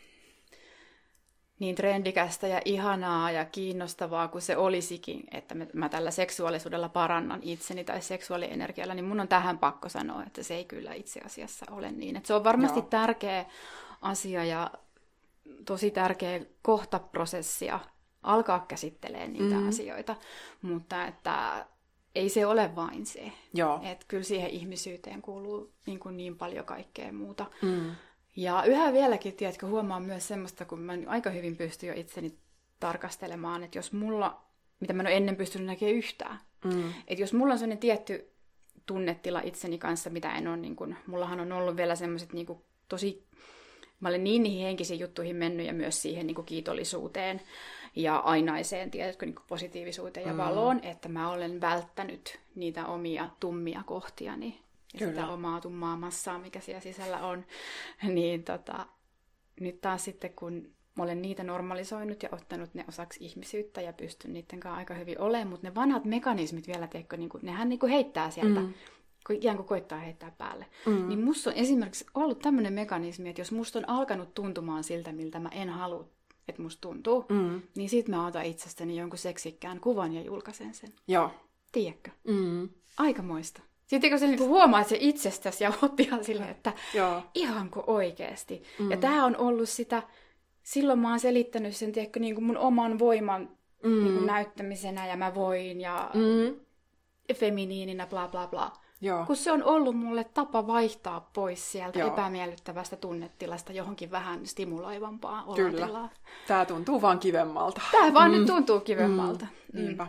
niin trendikästä ja ihanaa ja kiinnostavaa kuin se olisikin, että mä tällä seksuaalisuudella parannan itseni tai seksuaalienergialla, niin mun on tähän pakko sanoa, että se ei kyllä itse asiassa ole niin. Että se on varmasti tärkeä asia ja tosi tärkeä kohta prosessia alkaa käsittelemään niitä asioita, mutta ei se ole vain se. Että kyllä siihen ihmisyyteen kuuluu niin paljon kaikkea muuta. Ja yhä vieläkin, tiedätkö, huomaan myös semmoista, kun mä aika hyvin pystyn jo itseni tarkastelemaan, että jos mulla, mitä mä en ole ennen pystynyt näkemään yhtään, että jos mulla on sellainen tietty tunnetila itseni kanssa, mitä en ole, niin kun, mullahan on ollut vielä semmoiset niin kun, tosi, mä olen niin niihin henkisiin juttuihin mennyt ja myös siihen niin kun, kiitollisuuteen ja ainaiseen, tiedätkö, niin kun, positiivisuuteen ja valoon, että mä olen välttänyt niitä omia tummia kohtiani. Ja sitä omaa tummaa massaa, mikä siellä sisällä on, niin nyt taas sitten, kun mä olen niitä normalisoinut ja ottanut ne osaksi ihmisyyttä ja pystyn niiden kanssa aika hyvin olemaan, mutta ne vanhat mekanismit vielä, teekö, niin kuin, nehän niin kuin heittää sieltä, ikään kuin koittaa heittää päälle. Niin musta on esimerkiksi ollut tämmöinen mekanismi, että jos musta on alkanut tuntumaan siltä, miltä mä en halua, että musta tuntuu, niin sit mä otan itsestäni jonkun seksikkään kuvan ja julkaisen sen. Joo. Tiedätkö? Aikamoista. Sitten kun sä niinku huomaat se itsestäsi ja oot ihan silleen, että ihanko oikeesti. Ja tää on ollut sitä, silloin mä oon selittänyt sen, tiedätkö, niinku mun oman voiman niinku näyttämisenä ja mä voin ja feminiininä bla bla bla. Joo. Kun se on ollut mulle tapa vaihtaa pois sieltä epämiellyttävästä tunnetilasta johonkin vähän stimuloivampaa olotilaa. Kyllä. Tää tuntuu vaan kivemmalta. Tää vaan nyt tuntuu kivemmalta. Niinpä.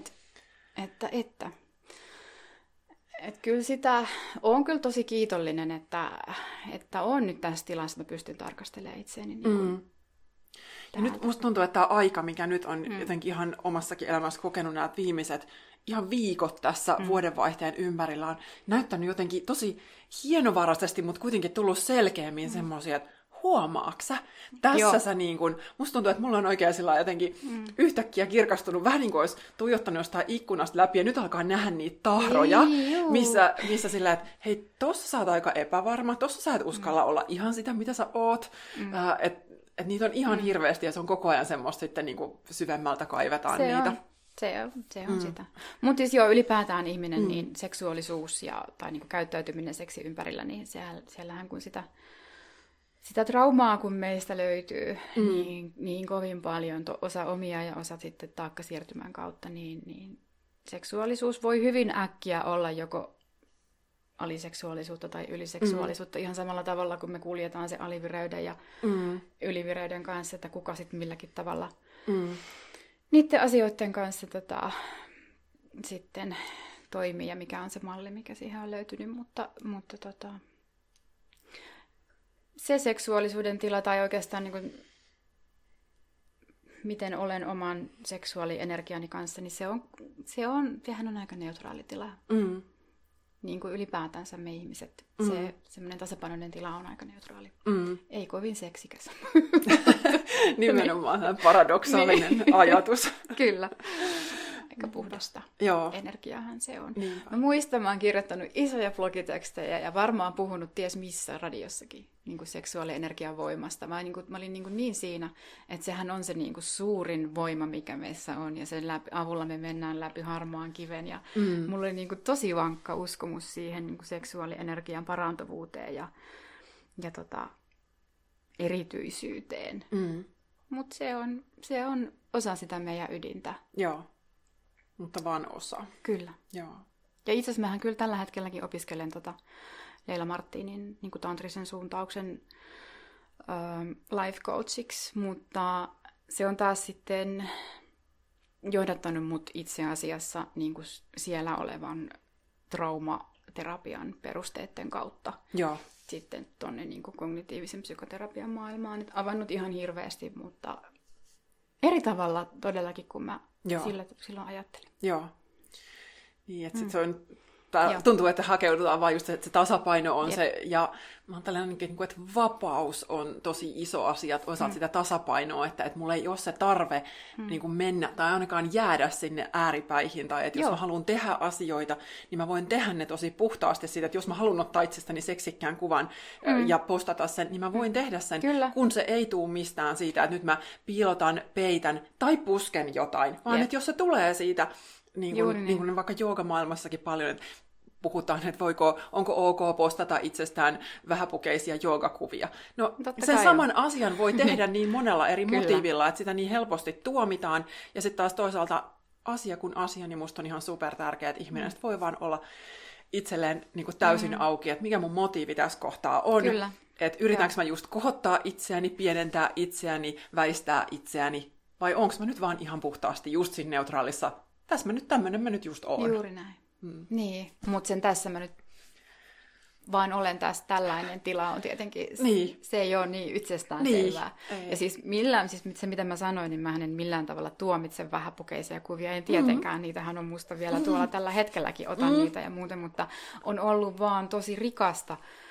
Että kyllä sitä, on kyllä tosi kiitollinen, että on nyt tässä tilassa, että mä pystyn tarkastelemaan itseäni. Ja nyt musta tuntuu, että tämä aika, mikä nyt on jotenkin ihan omassakin elämässä kokenut nämä viimeiset ihan viikot tässä vuodenvaihteen ympärillä, on näyttänyt jotenkin tosi hienovaraisesti, mutta kuitenkin tullut selkeämmin semmoisia, että huomaaksä? Tässä sä niin kun, musta tuntuu, että mulla on oikein sillä jotenkin yhtäkkiä kirkastunut, vähän niin kuin olisi tuijottanut jostain ikkunasta läpi, ja nyt alkaa nähdä niitä tahroja, missä sillä, että hei, tossa sä oot aika epävarma, tossa sä et uskalla olla ihan sitä, mitä sä oot, että niitä on ihan hirveästi, ja se on koko ajan semmoista sitten niin kuin syvemmältä kaivetaan niitä. Se on sitä. Mutta siis ylipäätään ihminen, niin seksuaalisuus tai niin kuin käyttäytyminen seksi ympärillä, niin siellähän kun sitä traumaa, kun meistä löytyy niin kovin paljon, osa omia ja osa sitten taakkasiirtymän kautta, niin seksuaalisuus voi hyvin äkkiä olla joko aliseksuaalisuutta tai yliseksuaalisuutta ihan samalla tavalla, kun me kuljetaan se alivireyden ja ylivireyden kanssa, että kuka sitten milläkin tavalla niiden asioiden kanssa sitten toimii ja mikä on se malli, mikä siihen on löytynyt, mutta se seksuaalisuuden tila tai oikeastaan niin kuin, miten olen oman seksuaalienergiani kanssa, niin sehän on aika neutraali tila. Niin kuin ylipäätänsä me ihmiset. Semmoinen tasapainoinen tila on aika neutraali. Ei kovin seksikäs. Nimenomaan paradoksaalinen ajatus. Kyllä. Aika puhdasta energiaahan se on. Mä muistan, mä oon kirjoittanut isoja blogitekstejä ja varmaan puhunut ties missä radiossakin niin kuin seksuaalienergian voimasta. Mä olin niin siinä, että sehän on se niin kuin suurin voima, mikä meissä on. Ja sen avulla me mennään läpi harmaan kiven. Ja mulla oli niin kuin tosi vankka uskomus siihen niin kuin seksuaalienergian parantuvuuteen ja erityisyyteen. Mutta se on osa sitä meidän ydintä. Joo. Mutta vaan osa. Kyllä. Joo. Ja itse asiassa mähän kyllä tällä hetkelläkin opiskelen Leila Martinin niin kuin tantrisen suuntauksen life coachiksi, mutta se on taas sitten johdattanut mut itse asiassa niin kuin siellä olevan traumaterapian perusteiden kautta. Joo. Sitten tuonne niin kuin kognitiivisen psykoterapian maailmaan. Et avannut ihan hirveästi, mutta eri tavalla todellakin, kun mä silloin ajattelin. Joo. Niin, että se on, tuntuu, että hakeudutaan vaan just se, että se tasapaino on se, ja mä oon tällainen, että vapaus on tosi iso asia, että osaat sitä tasapainoa, että mulla ei ole se tarve niin kuin mennä, tai ainakaan jäädä sinne ääripäihin, tai että jos mä haluan tehdä asioita, niin mä voin tehdä ne tosi puhtaasti siitä, että jos mä haluan ottaa itsestäni seksikkään kuvan ja postata sen, niin mä voin tehdä sen, kun se ei tule mistään siitä, että nyt mä piilotan, peitän tai pusken jotain, vaan että jos se tulee siitä, niin kuin vaikka joogamaailmassakin paljon, että puhutaan, että onko ok postata itsestään vähäpukeisia joogakuvia. No sen saman asian voi tehdä niin monella eri motiivilla, että sitä niin helposti tuomitaan. Ja sitten taas toisaalta asia kuin asia, niin musta on ihan super tärkeää, että ihminen voi vaan olla itselleen niin kuin täysin auki, että mikä mun motiivi tässä kohtaa on. Että yritänkö mä just kohottaa itseäni, pienentää itseäni, väistää itseäni, vai onko mä nyt vaan ihan puhtaasti just siinä neutraalissa, tässä tämmöinen mä nyt just oon. Juuri näin. Niin, mutta sen tässä mä nyt vaan olen tässä tällainen tila on tietenkin, se ei ole niin itsestäänselvää. Ja siis se mitä mä sanoin, niin mä en millään tavalla tuomitse vähäpukeisia kuvia, en tietenkään, niitähän on musta vielä tuolla tällä hetkelläkin, otan niitä ja muuten, mutta on ollut vaan tosi rikasta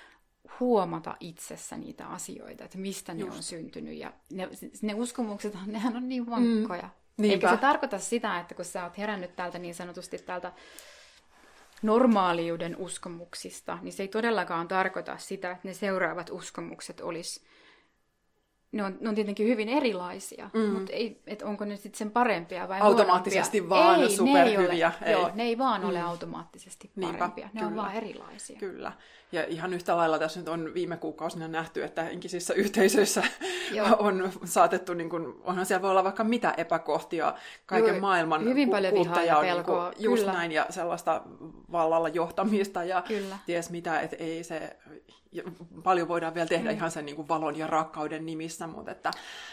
huomata itsessä niitä asioita, että mistä ne on syntynyt. Ja ne uskomukset, nehän on niin vankkoja. Eikä se tarkoita sitä, että kun sä oot herännyt täältä niin sanotusti täältä normaaliuden uskomuksista, niin se ei todellakaan tarkoita sitä, että ne seuraavat uskomukset ne on tietenkin hyvin erilaisia, mutta onko ne sitten sen parempia vai automaattisesti huonompia? vaan superhyviä. Ne ei vaan ole automaattisesti parempia, ne on vaan erilaisia. Kyllä, ja ihan yhtä lailla tässä nyt on viime kuukausina nähty, että henkisissä yhteisöissä on saatettu, niin kuin, onhan siellä voi olla vaikka mitä epäkohtia, kaiken maailman hyvin paljon vihaa ja pelkoa. Niin just näin, ja sellaista vallalla johtamista ja ties mitä, että ei se... Paljon voidaan vielä tehdä ihan sen niin kuin valon ja rakkauden nimissä, mutta että...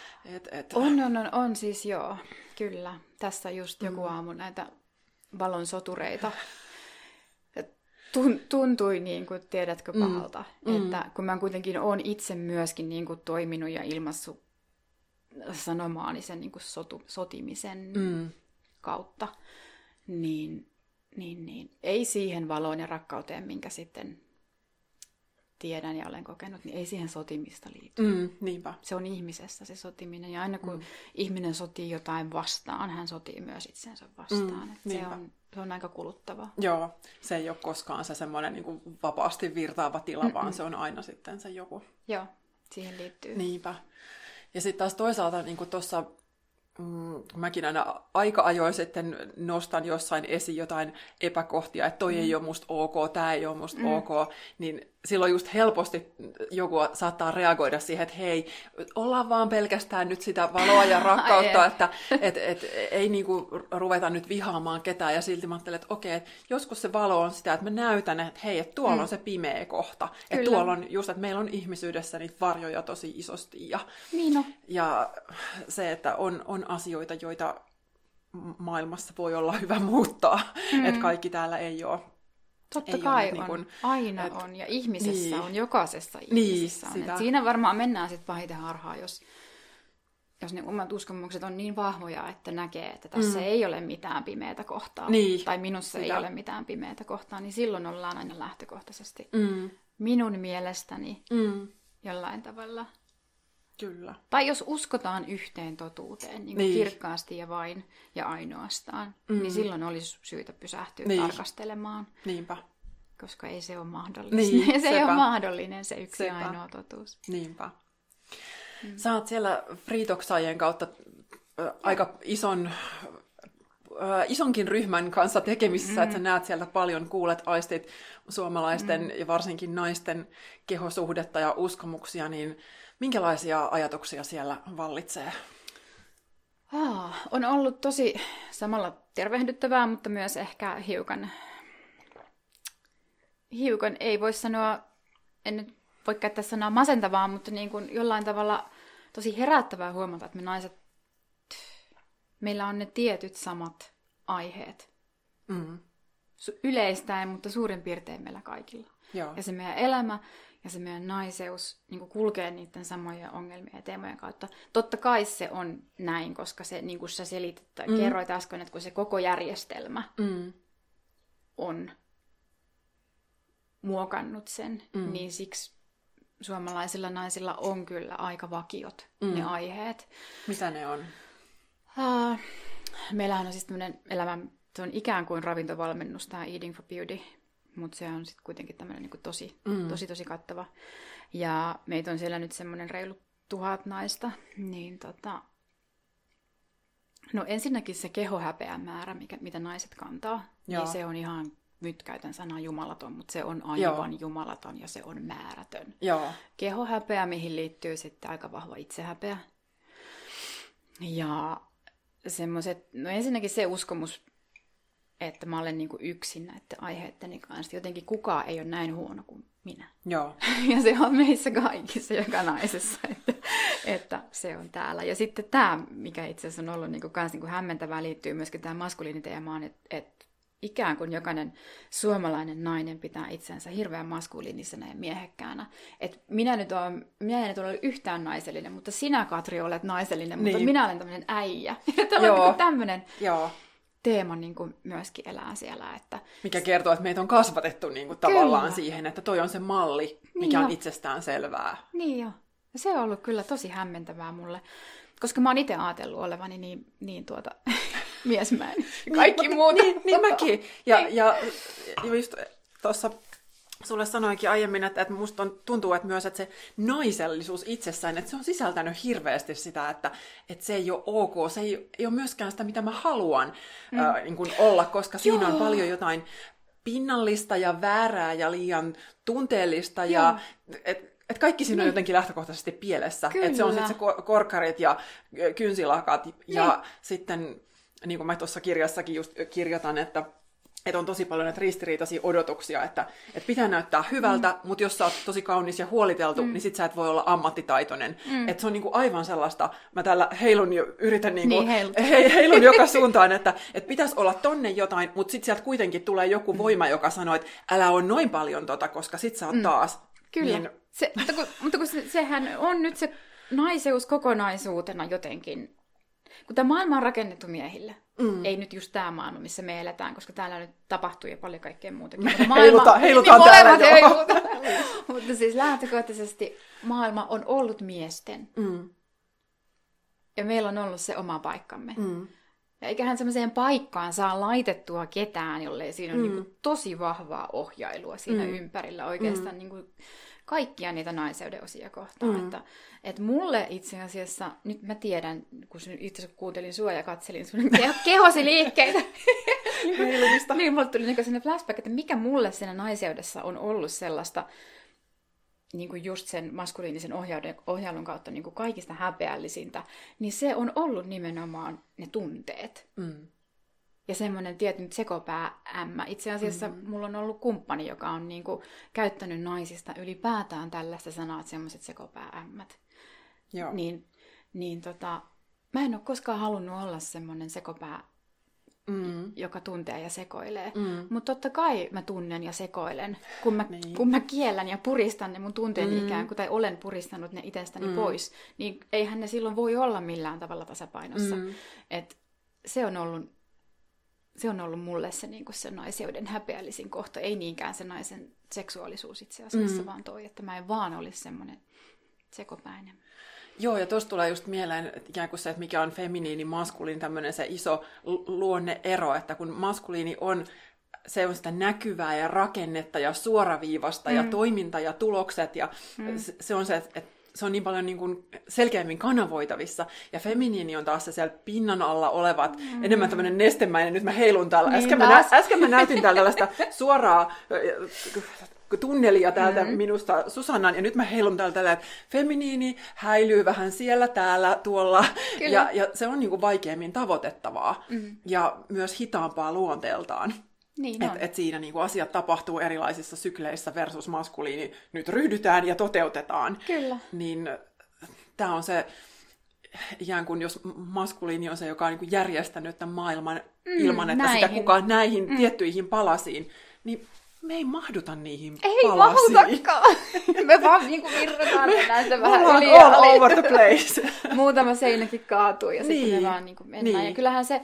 On siis joo, kyllä. Tässä just joku aamu näitä valon sotureita tuntui, niin kuin, tiedätkö, pahalta. Että kun mä kuitenkin olen itse myöskin niin kuin, toiminut ja ilmaissut sanomaani sen niin kuin sotimisen kautta, niin ei siihen valoon ja rakkauteen, minkä sitten... tiedän ja olen kokenut, niin ei siihen sotimista liity. Niinpä. Se on ihmisessä se sotiminen. Ja aina kun ihminen sotii jotain vastaan, hän sotii myös itsensä vastaan. Se on aika kuluttavaa. Joo, se ei ole koskaan se semmoinen niin kuin vapaasti virtaava tila, vaan se on aina sitten se joku. Joo, siihen liittyy. Niinpä. Ja sitten taas toisaalta niin kuin tuossa... mäkin aina aika ajoin sitten nostan jossain esiin jotain epäkohtia, että toi ei ole musta ok, tää ei ole musta ok, niin silloin just helposti joku saattaa reagoida siihen, että hei, ollaan vaan pelkästään nyt sitä valoa ja rakkautta, että ei niinku ruveta nyt vihaamaan ketään, ja silti mä ajattelen, että okei, että joskus se valo on sitä, että mä näytän, että hei, että tuolla on se pimeä kohta, että tuolla on just, että meillä on ihmisyydessä niitä varjoja tosi isosti, ja se, että on asioita, joita maailmassa voi olla hyvä muuttaa, että kaikki täällä ei ole. Totta kai on. Niin kuin, aina on. Ja ihmisessä on. Jokaisessa ihmisessä on. Siinä varmaan mennään sitten pahiten harhaan, jos ne omat uskomukset on niin vahvoja, että näkee, että tässä ei ole mitään pimeätä kohtaa. Tai minussa ei ole mitään pimeätä kohtaa. Niin silloin ollaan aina lähtökohtaisesti minun mielestäni jollain tavalla. Kyllä. Tai jos uskotaan yhteen totuuteen niin kirkkaasti ja vain ja ainoastaan, niin silloin olisi syytä pysähtyä tarkastelemaan. Niinpä. Koska ei se ole mahdollista. Se ei ole mahdollinen se yksi ainoa totuus. Niinpä. Sä oot siellä Freetoksajien kautta aika isonkin ryhmän kanssa tekemisissä, että sä näet sieltä paljon, kuulet, aistit suomalaisten ja varsinkin naisten kehosuhdetta ja uskomuksia, niin minkälaisia ajatuksia siellä vallitsee? On ollut tosi samalla tervehdyttävää, mutta myös ehkä hiukan ei voi sanoa, en nyt voi käyttää sanaa masentavaa, mutta niin kuin jollain tavalla tosi herättävää huomata, että me naiset, meillä on ne tietyt samat aiheet. Yleistäen, mutta suurin piirtein meillä kaikilla. Joo. Ja se meidän elämä ja se meidän naiseus niin kuin kulkee niiden samojen ongelmien ja teemojen kautta. Totta kai se on näin, koska se, niin kuin sä selitit tai kerroit äsken, että kun se koko järjestelmä on muokannut sen, niin siksi suomalaisilla naisilla on kyllä aika vakiot ne aiheet. Mitä ne on? Meillähän on siis tämmöinen se on ikään kuin ravintovalmennus, tämä Eating for Beauty, mutta se on sitten kuitenkin tämmöinen niin tosi kattava. Ja meitä on siellä nyt semmoinen reilu 1000 naista. Niin no ensinnäkin se kehohäpeän määrä, mitä naiset kantaa, niin se on ihan, nyt käytän sanaa jumalaton, mutta se on aivan jumalaton ja se on määrätön. Joo. Kehohäpeä, mihin liittyy sitten aika vahva itsehäpeä. Ja semmoiset, no ensinnäkin se uskomus, että mä olen niinku yksin näiden aiheitteni kanssa. Jotenkin kukaan ei ole näin huono kuin minä. Joo. Ja se on meissä kaikissa, joka naisessa, että se on täällä. Ja sitten tämä, mikä itse asiassa on ollut niinku kans niinku hämmentävää, liittyy myöskin tähän maskuliiniteemaan, että ikään kuin jokainen suomalainen nainen pitää itsensä hirveän maskuliinisena ja miehekkäänä. Että minä en nyt ole yhtään naisellinen, mutta sinä, Katri, olet naisellinen, mutta minä olen tämmöinen äijä. Tämä on niinku tämmöinen. Joo. teema niin kuin myöskin elää siellä. Että mikä kertoo, että meitä on kasvatettu niin kuin tavallaan siihen, että toi on se malli, mikä on itsestään selvää. Niin jo. Ja se on ollut kyllä tosi hämmentävää mulle, koska mä oon itse ajatellut olevani niin miesmäinen. Kaikki muuta. Niin mäkin. Ja just tuossa sulle sanoinkin aiemmin, että musta tuntuu, että myös että se naisellisuus itsessään, että se on sisältänyt hirveästi sitä, että se ei ole ok, se ei ole myöskään sitä, mitä mä haluan niin kuin olla, koska siinä on paljon jotain pinnallista ja väärää ja liian tunteellista ja et kaikki siinä on jotenkin lähtökohtaisesti pielessä. Että se on sitten se korkkarit ja kynsilakat ja sitten, niin kuin mä tuossa kirjassakin just kirjoitan, että on tosi paljon näitä ristiriitaisia odotuksia, että pitää näyttää hyvältä, mutta jos sä oot tosi kaunis ja huoliteltu, niin sit sä et voi olla ammattitaitoinen. Että se on niinku aivan sellaista, mä täällä yritän heilun joka suuntaan, että pitäisi olla tonne jotain, mutta sit sieltä kuitenkin tulee joku voima, joka sanoo, että älä on noin paljon koska sit sä oot taas. Kyllä, niin mutta kun sehän on nyt se naiseus kokonaisuutena jotenkin, kun tämä maailma on rakennettu miehille. Ei nyt just tämä maailma, missä me eletään, koska täällä nyt tapahtuu ja paljon kaikkea muutakin. Heilutaan täällä. Mutta siis lähtökohtaisesti maailma on ollut miesten. Ja meillä on ollut se oma paikkamme. Ja eiköhän semmoiseen paikkaan saa laitettua ketään, jollei siinä on niinku tosi vahvaa ohjailua siinä ympärillä oikeastaan niinku kaikkia niitä naiseuden osia kohtaan. Että mulle itse asiassa, nyt mä tiedän, kun itse asiassa kuuntelin sua ja katselin sun kehosi liikkeitä, niin mulle tuli niinku sellainen flashback, että mikä mulle siinä naiseudessa on ollut sellaista, niin kuin just sen maskuliinisen ohjailun kautta niin kuin kaikista häpeällisintä, niin se on ollut nimenomaan ne tunteet. Ja semmoinen tietyn sekopää-ämmä. Itse asiassa mulla on ollut kumppani, joka on niin kuin käyttänyt naisista ylipäätään tällaista sanaa, että semmoiset sekopää-ämmät. Niin mä en ole koskaan halunnut olla semmoinen sekopää, joka tuntee ja sekoilee. Mutta totta kai mä tunnen ja sekoilen, kun mä kiellän ja puristan ne mun tunteeni ikään kuin, tai olen puristanut ne itsestäni pois, niin eihän ne silloin voi olla millään tavalla tasapainossa. Et se on ollut mulle se, niin kuin se naiseuden häpeällisin kohta, ei niinkään se naisen seksuaalisuus itse asiassa, vaan toi, että mä en vaan olisi semmoinen sekopäinen. Joo, ja tuossa tulee just mieleen ikään kuin se, että mikä on feminiini, maskuliini, tämmöinen se iso luonne-ero, että kun maskuliini on sitä näkyvää ja rakennetta ja suoraviivasta ja toiminta ja tulokset, ja se on se, että se on niin paljon niin kuin selkeämmin kanavoitavissa, ja feminiini on taas se siellä pinnan alla olevat, enemmän tämmöinen nestemäinen, nyt mä heilun täällä, äsken mä näytin täällä tällaista suoraa tunnelia täältä minusta Susannan, ja nyt mä heilun täällä, että feminiini häilyy vähän siellä, täällä, tuolla, ja se on niin kuin vaikeammin tavoitettavaa, ja myös hitaampaa luonteeltaan. Niin että siinä niin kuin asiat tapahtuu erilaisissa sykleissä versus maskuliini, nyt ryhdytään ja toteutetaan. Kyllä. Niin tämä on se, ikään kuin jos maskuliini on se, joka on niin kuin järjestänyt tämän maailman ilman, että sitä kukaan näihin tiettyihin palasiin, niin me ei mahduta niihin palasiin. Ei mahdutakaan. Me vaan niin kuin virrataan näistä vähän yli all over the place. Muutama seinäkin kaatuu ja sitten me vaan niin kuin mennään. Ja kyllähän se,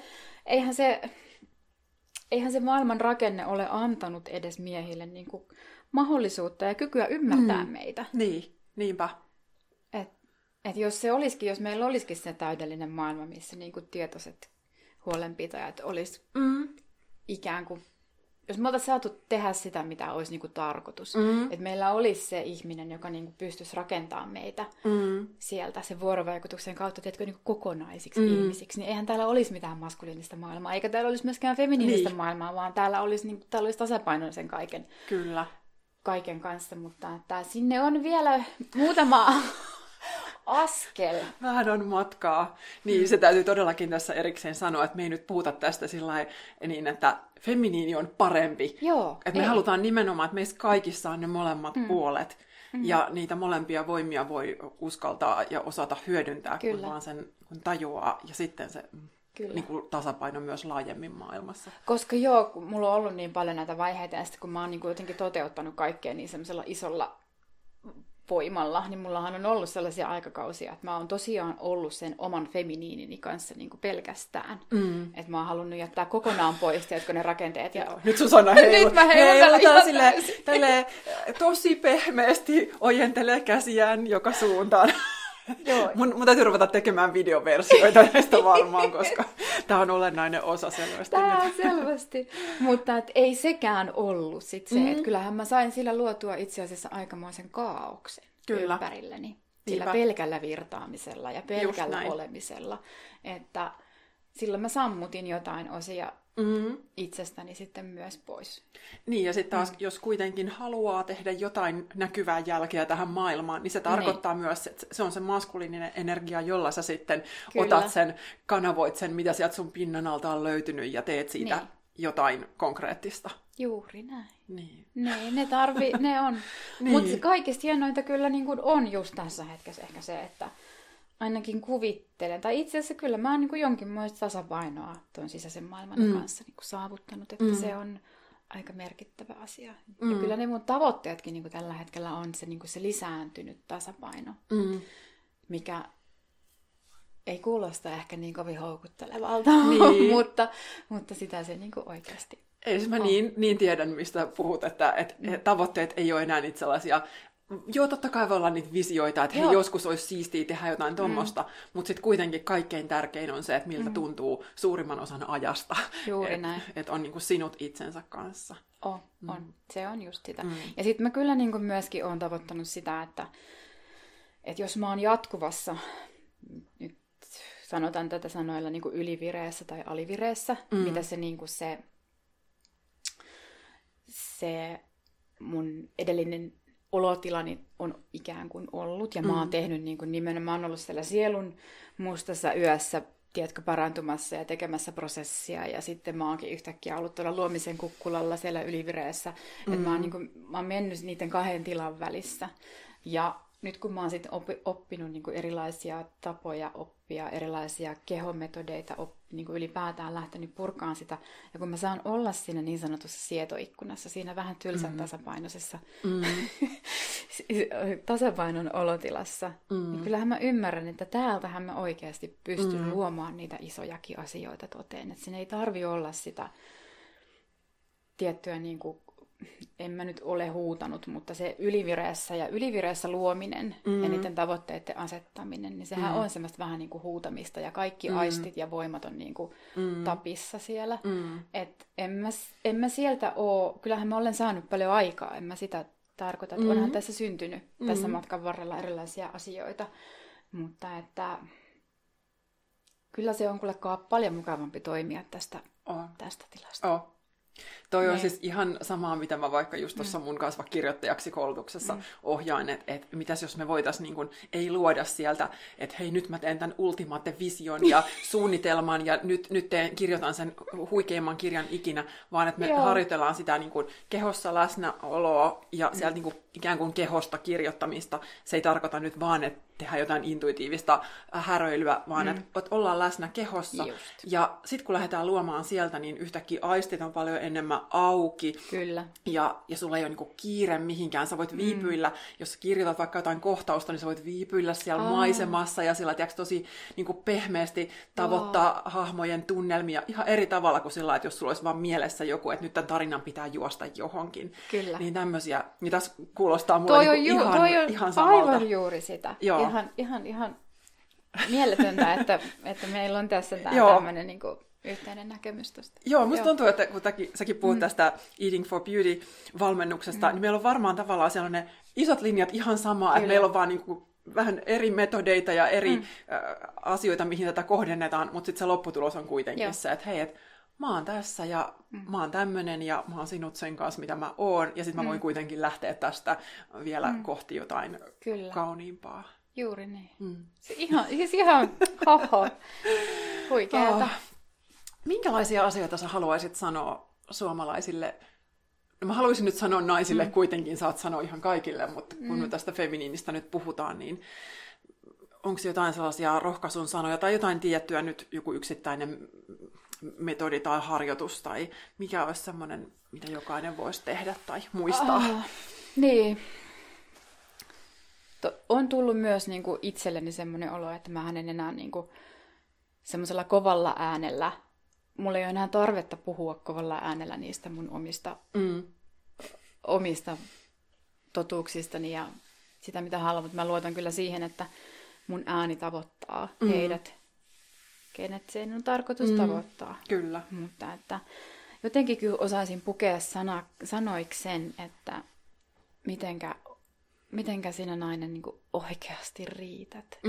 eihän se maailman rakenne ole antanut edes miehille niin kuin mahdollisuutta ja kykyä ymmärtää meitä. Niinpä. Jos meillä olisikin se täydellinen maailma, missä niin kuin tietoiset huolenpitäjät olisi ikään kuin, jos me oltaisiin saatu tehdä sitä, mitä olisi niin kuin tarkoitus, että meillä olisi se ihminen, joka niin kuin pystyisi rakentamaan meitä sieltä sen vuorovaikutuksen kautta, tiedätkö, niin kuin kokonaisiksi ihmisiksi, niin eihän täällä olisi mitään maskuliinista maailmaa, eikä täällä olisi myöskään feminiinistä maailmaa, vaan täällä olisi tasapainoisen kaiken kanssa, mutta että sinne on vielä muutama askel. Vähän on matkaa. Niin, se täytyy todellakin tässä erikseen sanoa, että me ei nyt puhuta tästä sillain, niin, että feminiini on parempi. Joo, että me halutaan nimenomaan, että meissä kaikissa on ne molemmat puolet. Ja niitä molempia voimia voi uskaltaa ja osata hyödyntää, kun vaan sen kun tajuaa. Ja sitten se niin kuin tasapaino myös laajemmin maailmassa. Koska kun mulla on ollut niin paljon näitä vaiheita, ja sitten kun mä oon niin kuin jotenkin toteuttanut kaikkea niin semmoisella isolla voimalla, niin mullahan on ollut sellaisia aikakausia, että mä oon tosiaan ollut sen oman feminiinini kanssa niin kuin pelkästään. Että mä oon halunnut jättää kokonaan pois, tiedätkö, ne rakenteet. Ja... Nyt Susanna heilutaan silleen tosi pehmeästi ojentelee käsiään joka suuntaan. Joo. Mun täytyy ruveta tekemään videoversioita näistä varmaan, koska tämä on olennainen osa selvästi. Tämä on selvästi. Mutta ei sekään ollut sit se, että kyllähän mä sain sillä luotua itse asiassa aikamoisen kaaoksen ympärilleni. Sillä pelkällä virtaamisella ja pelkällä olemisella. Että silloin mä sammutin jotain osia itsestäni sitten myös pois. Niin, ja sitten taas, jos kuitenkin haluaa tehdä jotain näkyvää jälkeä tähän maailmaan, niin se tarkoittaa myös, että se on se maskuliininen energia, jolla sä sitten otat sen, kanavoit sen, mitä sieltä sun pinnan alta on löytynyt, ja teet siitä jotain konkreettista. Juuri näin. Niin. Ne on. Niin. Mutta kaikista hienointa kyllä niin kuin on just tässä hetkessä ehkä se, että ainakin kuvittelen, tai itse asiassa kyllä mä oon niin kuin jonkinmoista tasapainoa tuon sisäisen maailman kanssa niin kuin saavuttanut, että se on aika merkittävä asia. Ja kyllä ne mun tavoitteetkin niin kuin tällä hetkellä on se, niin kuin se lisääntynyt tasapaino, mikä ei kuulosta ehkä niin kovin houkuttelevalta, mutta sitä se niin kuin oikeasti ei, siis mä niin tiedän, mistä puhut, että tavoitteet ei ole enää niitä sellaisia. Joo, totta kai voi olla niitä visioita, että hei, joskus olisi siistiä tehdä jotain tommosta, mutta sitten kuitenkin kaikkein tärkein on se, että miltä tuntuu suurimman osan ajasta. Juuri näin. Että on niinku sinut itsensä kanssa. On. Se on just sitä. Ja sitten mä kyllä niinku myöskin olen tavoittanut sitä, että jos mä oon jatkuvassa, nyt sanotaan tätä sanoilla niinku ylivireessä tai alivireessä, mitä se niinku se mun edellinen olotilani on ikään kuin ollut, ja mä oon tehnyt niin kuin nimenomaan, ollut siellä sielun mustassa yössä, tiedätkö, parantumassa ja tekemässä prosessia, ja sitten mä oonkin yhtäkkiä ollut tuolla luomisen kukkulalla siellä ylivireessä, että mä oon mennyt niiden kahden tilan välissä, ja nyt kun mä oon sitten oppinut niin kuin erilaisia tapoja oppia, erilaisia kehometodeita, niin kuin ylipäätään lähtenyt purkaan sitä, ja kun mä saan olla siinä niin sanotussa sietoikkunassa, siinä vähän tylsän tasapainoisessa tasapainon olotilassa, niin kyllähän mä ymmärrän, että täältähän mä oikeasti pystyn luomaan niitä isojakin asioita toteen, että siinä ei tarvi olla sitä tiettyä niin kuin en mä nyt ole huutanut, mutta se ylivireessä luominen ja niiden tavoitteiden asettaminen, niin sehän on semmoista vähän niin kuin huutamista ja kaikki aistit ja voimat on niin kuin tapissa siellä. Et en mä sieltä ole, kyllähän mä olen saanut paljon aikaa, en mä sitä tarkoita, että onhan tässä syntynyt tässä matkan varrella erilaisia asioita, mutta että kyllä se on kuulekaan paljon mukavampi toimia tästä tilasta. Toi on siis ihan samaa, mitä mä vaikka just tuossa mun kasvakirjoittajaksi koulutuksessa ohjaan, että mitäs jos me voitaisiin niin kun, ei luoda sieltä, että hei, nyt mä teen tämän ultimate vision ja suunnitelman ja nyt kirjoitan sen huikeimman kirjan ikinä, vaan että me harjoitellaan sitä niin kun, kehossa läsnäoloa ja sieltä niin kun, ikään kuin kehosta kirjoittamista. Se ei tarkoita nyt vaan, että tehdään jotain intuitiivista häröilyä, vaan että ollaan läsnä kehossa. Just. Ja sitten kun lähdetään luomaan sieltä, niin yhtäkkiä aistit on paljon enemmän auki. Kyllä. Ja sulla ei ole niinku kiire mihinkään. Sä voit viipyillä, jos kirjoitat vaikka jotain kohtausta, niin sä voit viipyillä siellä maisemassa ja sillä tosi niinku pehmeästi tavoittaa hahmojen tunnelmia ihan eri tavalla kuin sillä, että jos sulla olisi vaan mielessä joku, että nyt tämän tarinan pitää juosta johonkin. Kyllä. Niin tämmöisiä, niin tässä kuulostaa mulle ihan samalta. Aivan juuri sitä. Joo. Ihan mieletöntä, että meillä on tässä tämmöinen niin kuin yhteinen näkemys tuosta. Joo, musta tuntuu, että kun säkin puhut tästä Eating for Beauty-valmennuksesta, niin meillä on varmaan tavallaan sellainen isot linjat ihan samaa, että meillä on vaan niin kuin vähän eri metodeita ja eri asioita, mihin tätä kohdennetaan, mutta sitten se lopputulos on kuitenkin se, että hei, mä oon tässä ja mä oon tämmönen ja mä oon sinut sen kanssa, mitä mä oon, ja sitten mä voin kuitenkin lähteä tästä vielä kohti jotain kauniimpaa. Juuri niin. Ihan huikeeta. Minkälaisia asioita sä haluaisit sanoa suomalaisille? No mä haluaisin nyt sanoa naisille, kuitenkin saat sanoa ihan kaikille, mutta kun me tästä feminiinistä nyt puhutaan, niin onko jotain sellaisia rohkaisun sanoja tai jotain tiettyä nyt joku yksittäinen metodi tai harjoitus tai mikä olisi semmoinen, mitä jokainen voisi tehdä tai muistaa? Niin. On tullut myös niin kuin itselleni semmoinen olo, että mä en enää niin kuin semmoisella kovalla äänellä, mulla ei ole enää tarvetta puhua kovalla äänellä niistä mun omista totuuksistani ja sitä, mitä haluan, mutta mä luotan kyllä siihen, että mun ääni tavoittaa heidät, kenet sen on tarkoitus tavoittaa. Kyllä. Mutta että jotenkin kyllä osaisin pukea sanoiksi sen, että mitenkä sinä nainen niin kuin oikeasti riität.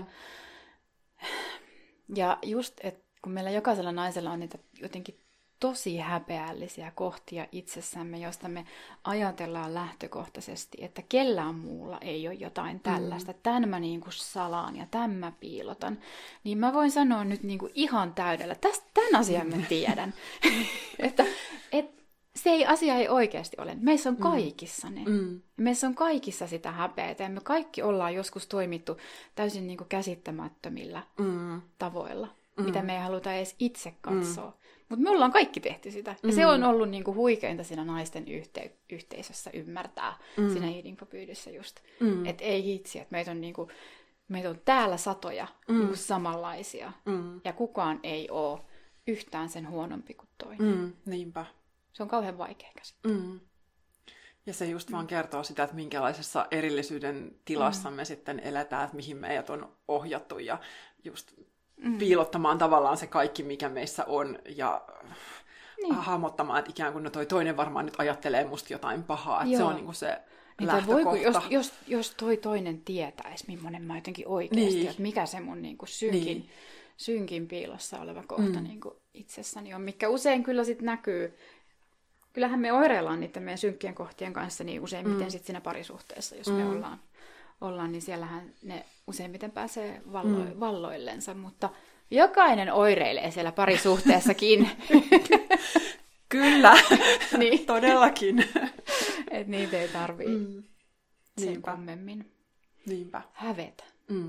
Ja just, että kun meillä jokaisella naisella on niitä jotenkin tosi häpeällisiä kohtia itsessämme, josta me ajatellaan lähtökohtaisesti, että kellään muulla ei ole jotain tällaista. Tämän mä niin kuin salaan ja tämän mä piilotan. Niin mä voin sanoa nyt niin kuin ihan täydellä, tämän asian mä tiedän. että asia ei oikeasti ole. Meissä on kaikissa ne. Meissä on kaikissa sitä häpeätä ja me kaikki ollaan joskus toimittu täysin niin kuin käsittämättömillä tavoilla, mitä me ei haluta edes itse katsoa. Mutta me ollaan kaikki tehty sitä. Ja se on ollut niinku huikeinta siinä naisten yhteisössä ymmärtää siinä Eating for Beautyssä just. Että ei hitsi, että meitä on täällä satoja niinku samanlaisia. Ja kukaan ei ole yhtään sen huonompi kuin toinen. Niinpä. Se on kauhean vaikea käsittää. Ja se just vaan kertoo sitä, että minkälaisessa erillisyyden tilassa me sitten eletään, että mihin meidät on ohjattu ja just piilottamaan tavallaan se kaikki, mikä meissä on, ja hahmottamaan, että ikään kuin no toi toinen varmaan nyt ajattelee musta jotain pahaa, että se on niinku se lähtökohta. Jos toi toinen tietäisi, millainen mä jotenkin oikeasti, että mikä se mun niinku synkin piilossa oleva kohta niinku itsessäni on, mikä usein kyllä sit näkyy. Kyllähän me oireillaan niiden meidän synkkien kohtien kanssa niin useimmiten sit siinä parisuhteessa, jos me ollaan, niin siellähän ne useimmiten pääsee valloillensa, mutta jokainen oireilee siellä parisuhteessakin. Kyllä, niin. Todellakin. Että niitä ei tarvii sen kummemmin hävetä.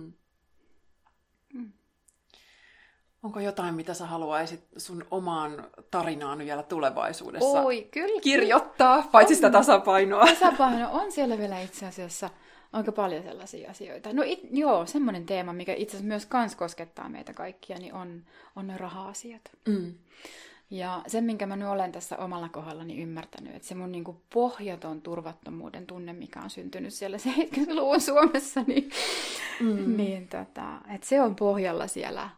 Onko jotain, mitä sä haluaisit sun omaan tarinaan vielä tulevaisuudessa kirjoittaa, paitsi sitä tasapainoa? Tasapaino on siellä vielä itse asiassa aika paljon sellaisia asioita. No semmoinen teema, mikä itse asiassa myös kans koskettaa meitä kaikkia, niin on ne raha-asiat. Ja sen, minkä mä nyt olen tässä omalla kohdallani ymmärtänyt, että se mun niinku pohjaton turvattomuuden tunne, mikä on syntynyt siellä 70-luvun Suomessa, että se on pohjalla siellä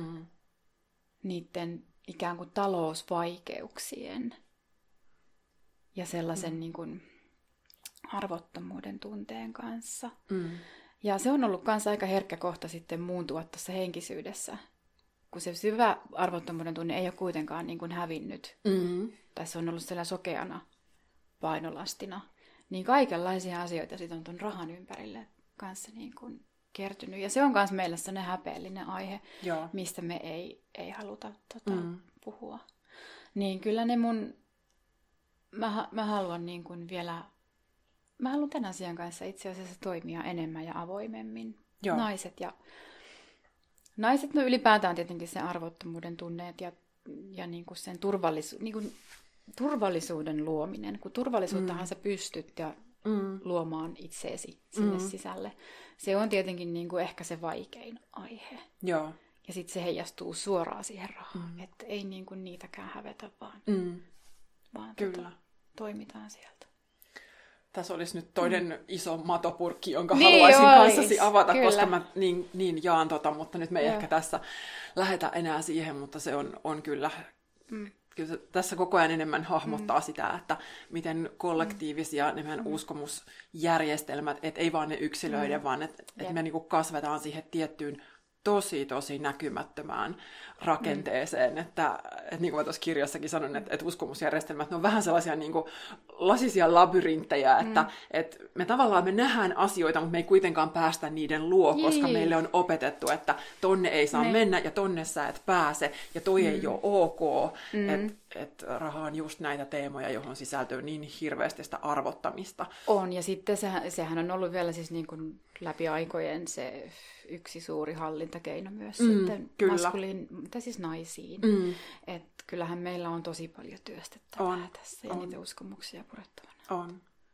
niiden ikään kuin talousvaikeuksien ja sellaisen niin kuin arvottomuuden tunteen kanssa. Ja se on ollut myös aika herkkä kohta sitten muuntua tuossa henkisyydessä, kun se syvä arvottomuuden tunne ei ole kuitenkaan niin kuin hävinnyt. Tai se on ollut siellä sokeana painolastina. Niin kaikenlaisia asioita sitten on tuon rahan ympärille kanssa niin kuin kertynyt. Ja se on myös meillä sellainen häpeällinen aihe, mistä me ei haluta puhua. Niin kyllä ne mä haluan niin kuin vielä, mä haluan tämän asian kanssa itse asiassa toimia enemmän ja avoimemmin. Naiset, no ylipäätään tietenkin sen arvottomuuden tunneet ja niin kuin sen turvallisuuden luominen. Kun turvallisuuttahan sä pystyt ja luomaan itseesi sinne sisälle. Se on tietenkin niin kuin ehkä se vaikein aihe. Joo. Ja sitten se heijastuu suoraan siihen rahaan. Että ei niin kuin niitäkään hävetä, vaan kyllä. Toimitaan sieltä. Tässä olisi nyt toinen iso matopurkki, jonka haluaisin kanssasi avata, kyllä. Koska mä niin jaan mutta nyt me ei ehkä tässä lähetä enää siihen, mutta se on kyllä... Kyllä tässä koko ajan enemmän hahmottaa sitä, että miten kollektiivisia ne meidän uskomusjärjestelmät, että ei vaan ne yksilöiden, vaan että me niinku kasvetaan siihen tiettyyn tosi näkymättömään rakenteeseen, että niin kuin mä tuossa kirjassakin sanon, että uskomusjärjestelmät, ne on vähän sellaisia niin kuin lasisia labyrinttejä, että me tavallaan me nähdään asioita, mutta me ei kuitenkaan päästä niiden luo, koska meille on opetettu, että tonne ei saa mennä ja tonne sä et pääse ja toi ei ole ok, että raha on just näitä teemoja, johon sisältyy niin hirveästi sitä arvottamista. On, ja sitten sehän on ollut vielä siis niin kuin läpi aikojen se yksi suuri hallintakeino myös sitten siis naisiin. Että kyllähän meillä on tosi paljon työstettävää tässä ja niitä uskomuksia purettavana. On.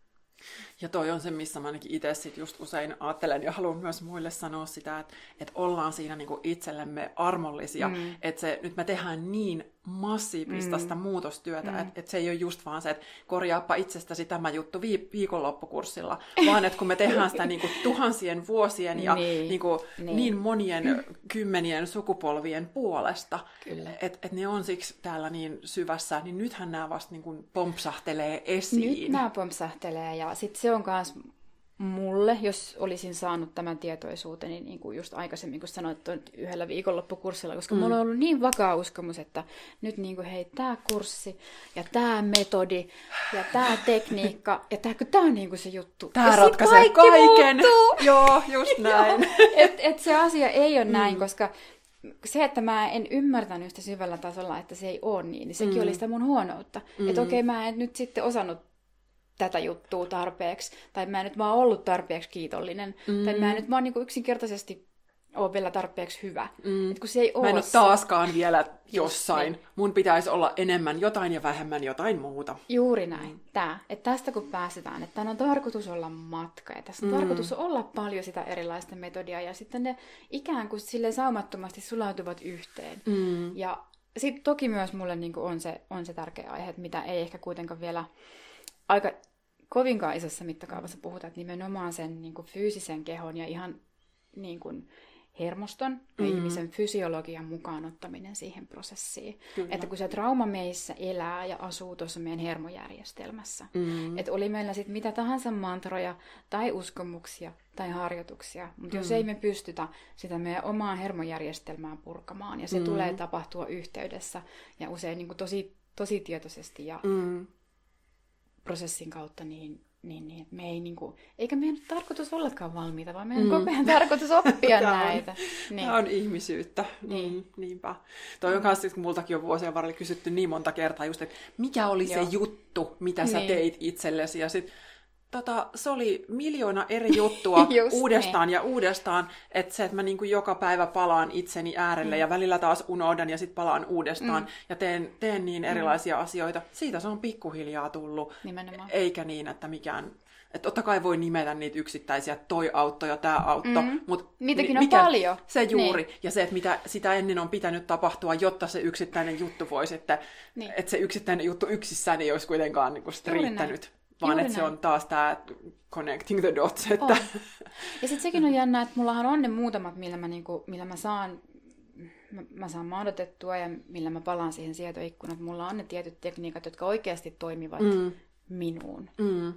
Ja toi on se, missä mä ainakin itse sit just usein ajattelen ja haluan myös muille sanoa sitä, että ollaan siinä niinku itsellemme armollisia. Että se, nyt me tehdään niin massiivista sitä muutostyötä, että se ei ole just vaan se, että korjaappa itsestäsi tämä juttu viikonloppukurssilla, vaan että kun me tehdään sitä niinku tuhansien vuosien ja niin monien kymmenien sukupolvien puolesta, että ne on siksi täällä niin syvässä, niin nythän nämä vasta niinku pompsahtelee esiin. Nyt nämä pompsahtelee ja sitten se on myös mulle, jos olisin saanut tämän tietoisuuteni, niin kuin just aikaisemmin, kun sanoit yhdellä viikonloppukurssilla, koska mulla on ollut niin vakaa uskomus, että nyt niin kuin, hei, tämä kurssi ja tämä metodi ja tämä tekniikka ja tämä on niin kuin se juttu. Tämä ratkaisee kaiken. Joo, just näin. Et se asia ei ole näin, koska se, että mä en ymmärtänyt yhtä syvällä tasolla, että se ei ole niin sekin oli sitä mun huonoutta. Että okei, mä en nyt sitten osannut tätä juttua tarpeeksi, tai mä en nyt vaan ollut tarpeeksi kiitollinen, tai mä en nyt vaan niin kuin yksinkertaisesti ole vielä tarpeeksi hyvä. Et kun se ei mä en ole taaskaan vielä jossain. Niin. Mun pitäisi olla enemmän jotain ja vähemmän jotain muuta. Juuri näin. Että tästä kun pääsetään, että tämän on tarkoitus olla matka, ja tässä on tarkoitus olla paljon sitä erilaista metodia, ja sitten ne ikään kuin silleen saumattomasti sulautuvat yhteen. Ja sitten toki myös mulle niin kuin on se tärkeä aihe, mitä ei ehkä kuitenkaan vielä aika kovinkaan isossa mittakaavassa puhutaan, että nimenomaan sen niin kuin fyysisen kehon ja ihan niin kuin hermoston ja ihmisen fysiologian mukaan ottaminen siihen prosessiin. Kyllä. Että kun se trauma meissä elää ja asuu tuossa meidän hermojärjestelmässä. Että oli meillä sitten mitä tahansa mantroja tai uskomuksia tai harjoituksia, mutta jos ei me pystytä sitä meidän omaa hermojärjestelmää purkamaan, ja se tulee tapahtua yhteydessä ja usein niin kuin tosi tietoisesti ja prosessin kautta, niin me ei niinku, eikä meidän tarkoitus ollakaan valmiita, vaan meidän koko ajan tarkoitus oppia näitä. Tämä on ihmisyyttä. Niinpä. Toi on kanssa, kun multakin on vuosien varrella kysytty niin monta kertaa just, että mikä oli se juttu, mitä sä teit itsellesi, ja sit se oli miljoona eri juttua uudestaan ja uudestaan, että se, että mä niinku joka päivä palaan itseni äärelle ja välillä taas unohdan ja sitten palaan uudestaan ja teen niin erilaisia asioita. Siitä se on pikkuhiljaa tullut, eikä niin, että mikään... Että totta kai voi nimetä niitä yksittäisiä, toi auttoi ja tämä auttoi, mutta niitäkin on paljon. Se juuri, niin. Ja se, että mitä sitä ennen on pitänyt tapahtua, jotta se yksittäinen juttu voisi, että se yksittäinen juttu yksissään ei olisi kuitenkaan niin kuin riittänyt. Vaan että se on taas tämä connecting the dots. Että... On. Ja sitten sekin on jännä, että mullahan on ne muutamat, millä mä saan maadotettua ja millä mä palaan siihen sietoikkunaan. Mulla on ne tietyt tekniikat, jotka oikeasti toimivat minuun.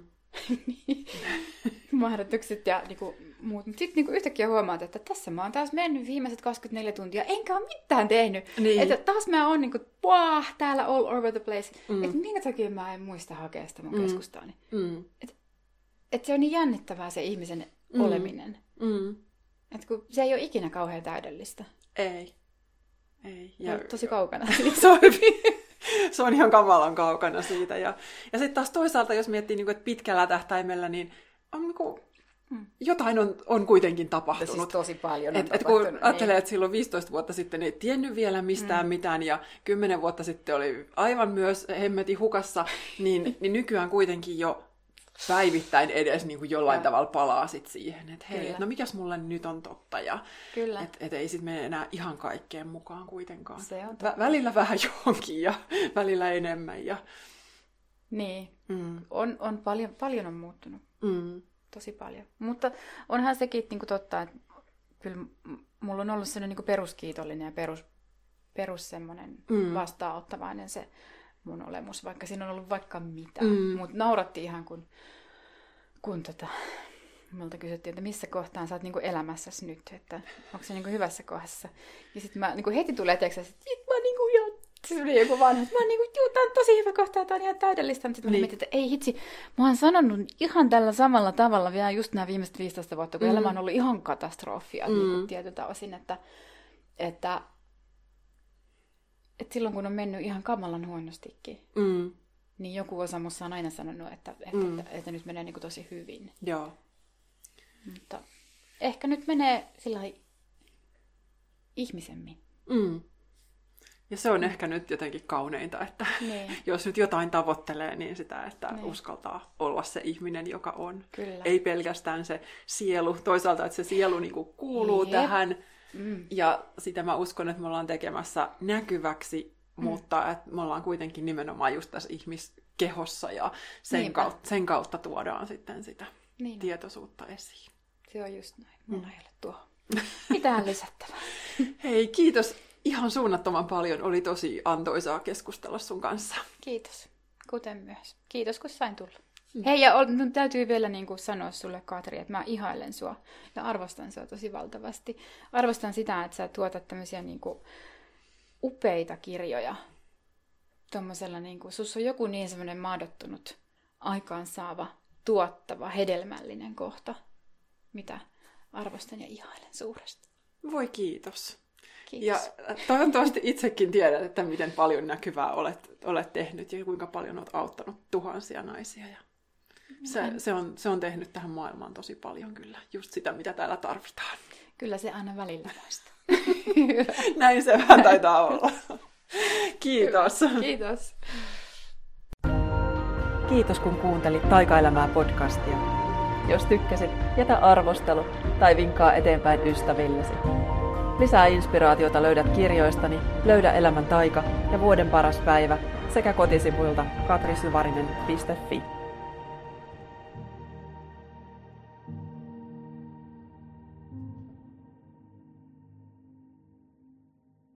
Mahdotukset ja niinku, muut. Mutta sitten niinku yhtäkkiä huomaat, että tässä mä oon taas mennyt viimeiset 24 tuntia, enkä ole mitään tehnyt. Niin. Että taas mä oon niinku, täällä all over the place. Että minkä takia mä en muista hakea sitä mun keskustaani. Että se on niin jännittävää se ihmisen oleminen. Että kun se ei ole ikinä kauhean täydellistä. Ei. Ja tosi kaukana. Se on ihan kamalan kaukana siitä. Ja sitten taas toisaalta, jos miettii, että pitkällä tähtäimellä, niin on jotain on kuitenkin tapahtunut. Siis tosi paljon on tapahtunut. Kun ajattelee, että silloin 15 vuotta sitten ei tiennyt vielä mistään mitään, ja 10 vuotta sitten oli aivan myös hemmetin hukassa, niin nykyään kuitenkin jo päivittäin edes niin kuin jollain tavalla palaa sit siihen, että hei, no mikäs mulle nyt on totta, ja et ei sit mene enää ihan kaikkeen mukaan kuitenkaan. Se on välillä vähän johonkin ja välillä enemmän. Ja... Niin, on paljon on muuttunut, tosi paljon. Mutta onhan sekin niin kuin totta, että kyllä mulla on ollut sellainen niin kuin peruskiitollinen ja perus semmoinen vastaanottavainen se mun olemus, vaikka siinä on ollut vaikka mitä. Mutta nauratti ihan, kun multa kysyttiin, että missä kohtaan sä oot niinku elämässäsi nyt, että onko se niinku hyvässä kohdassa. Ja sitten mä niinku heti tulee tekstiä, että mä niinku se oli joku vanha, että mä niinku, tää on tosi hyvä kohta, tää on ihan täydellistä. Mutta sitten mä mietin, että ei hitsi, mä oon sanonut ihan tällä samalla tavalla vielä just nämä viimeiset 15 vuotta, kun elämä on ollut ihan katastrofia niinku tietyltä osin, että silloin kun on mennyt ihan kamalan huonostikin, niin joku osa musta on aina sanonut, että nyt menee niinku tosi hyvin. Joo. Mutta ehkä nyt menee sillä ihmisemmin. Ja se on ehkä nyt jotenkin kauneinta, että jos nyt jotain tavoittelee, niin sitä, että uskaltaa olla se ihminen, joka on. Kyllä. Ei pelkästään se sielu. Toisaalta, että se sielu niin kuin kuuluu tähän. Ja sitä mä uskon, että me ollaan tekemässä näkyväksi, mutta että me ollaan kuitenkin nimenomaan just tässä ihmiskehossa ja sen kautta tuodaan sitten sitä tietoisuutta esiin. Se on just näin. Mun ei ole tuohon mitään lisättävää. Hei, kiitos ihan suunnattoman paljon. Oli tosi antoisaa keskustella sun kanssa. Kiitos. Kuten myös. Kiitos, kun sain tulla. Hei, ja täytyy vielä niin kuin sanoa sulle, Katri, että mä ihailen sua ja arvostan sua tosi valtavasti. Arvostan sitä, että sä tuotat tämmöisiä niin kuin upeita kirjoja. Tuommoisella niin kuin, sus on joku niin semmoinen maadottunut, aikaansaava, tuottava, hedelmällinen kohta, mitä arvostan ja ihailen suuresti. Voi kiitos. Kiitos. Ja toivottavasti itsekin tiedät, että miten paljon näkyvää olet tehnyt ja kuinka paljon olet auttanut tuhansia naisia. Ja se on tehnyt tähän maailmaan tosi paljon kyllä, just sitä, mitä täällä tarvitaan. Kyllä se aina välillä muistaa. Näin se vähän taitaa olla. Kiitos. Hyvä. Kiitos. Kiitos kun kuuntelit Taikaelämää podcastia. Jos tykkäsit, jätä arvostelu tai vinkkaa eteenpäin ystävillesi. Lisää inspiraatiota löydät kirjoistani Löydä elämän taika ja Vuoden paras päivä sekä kotisivuilta katrisyvarinen.fi.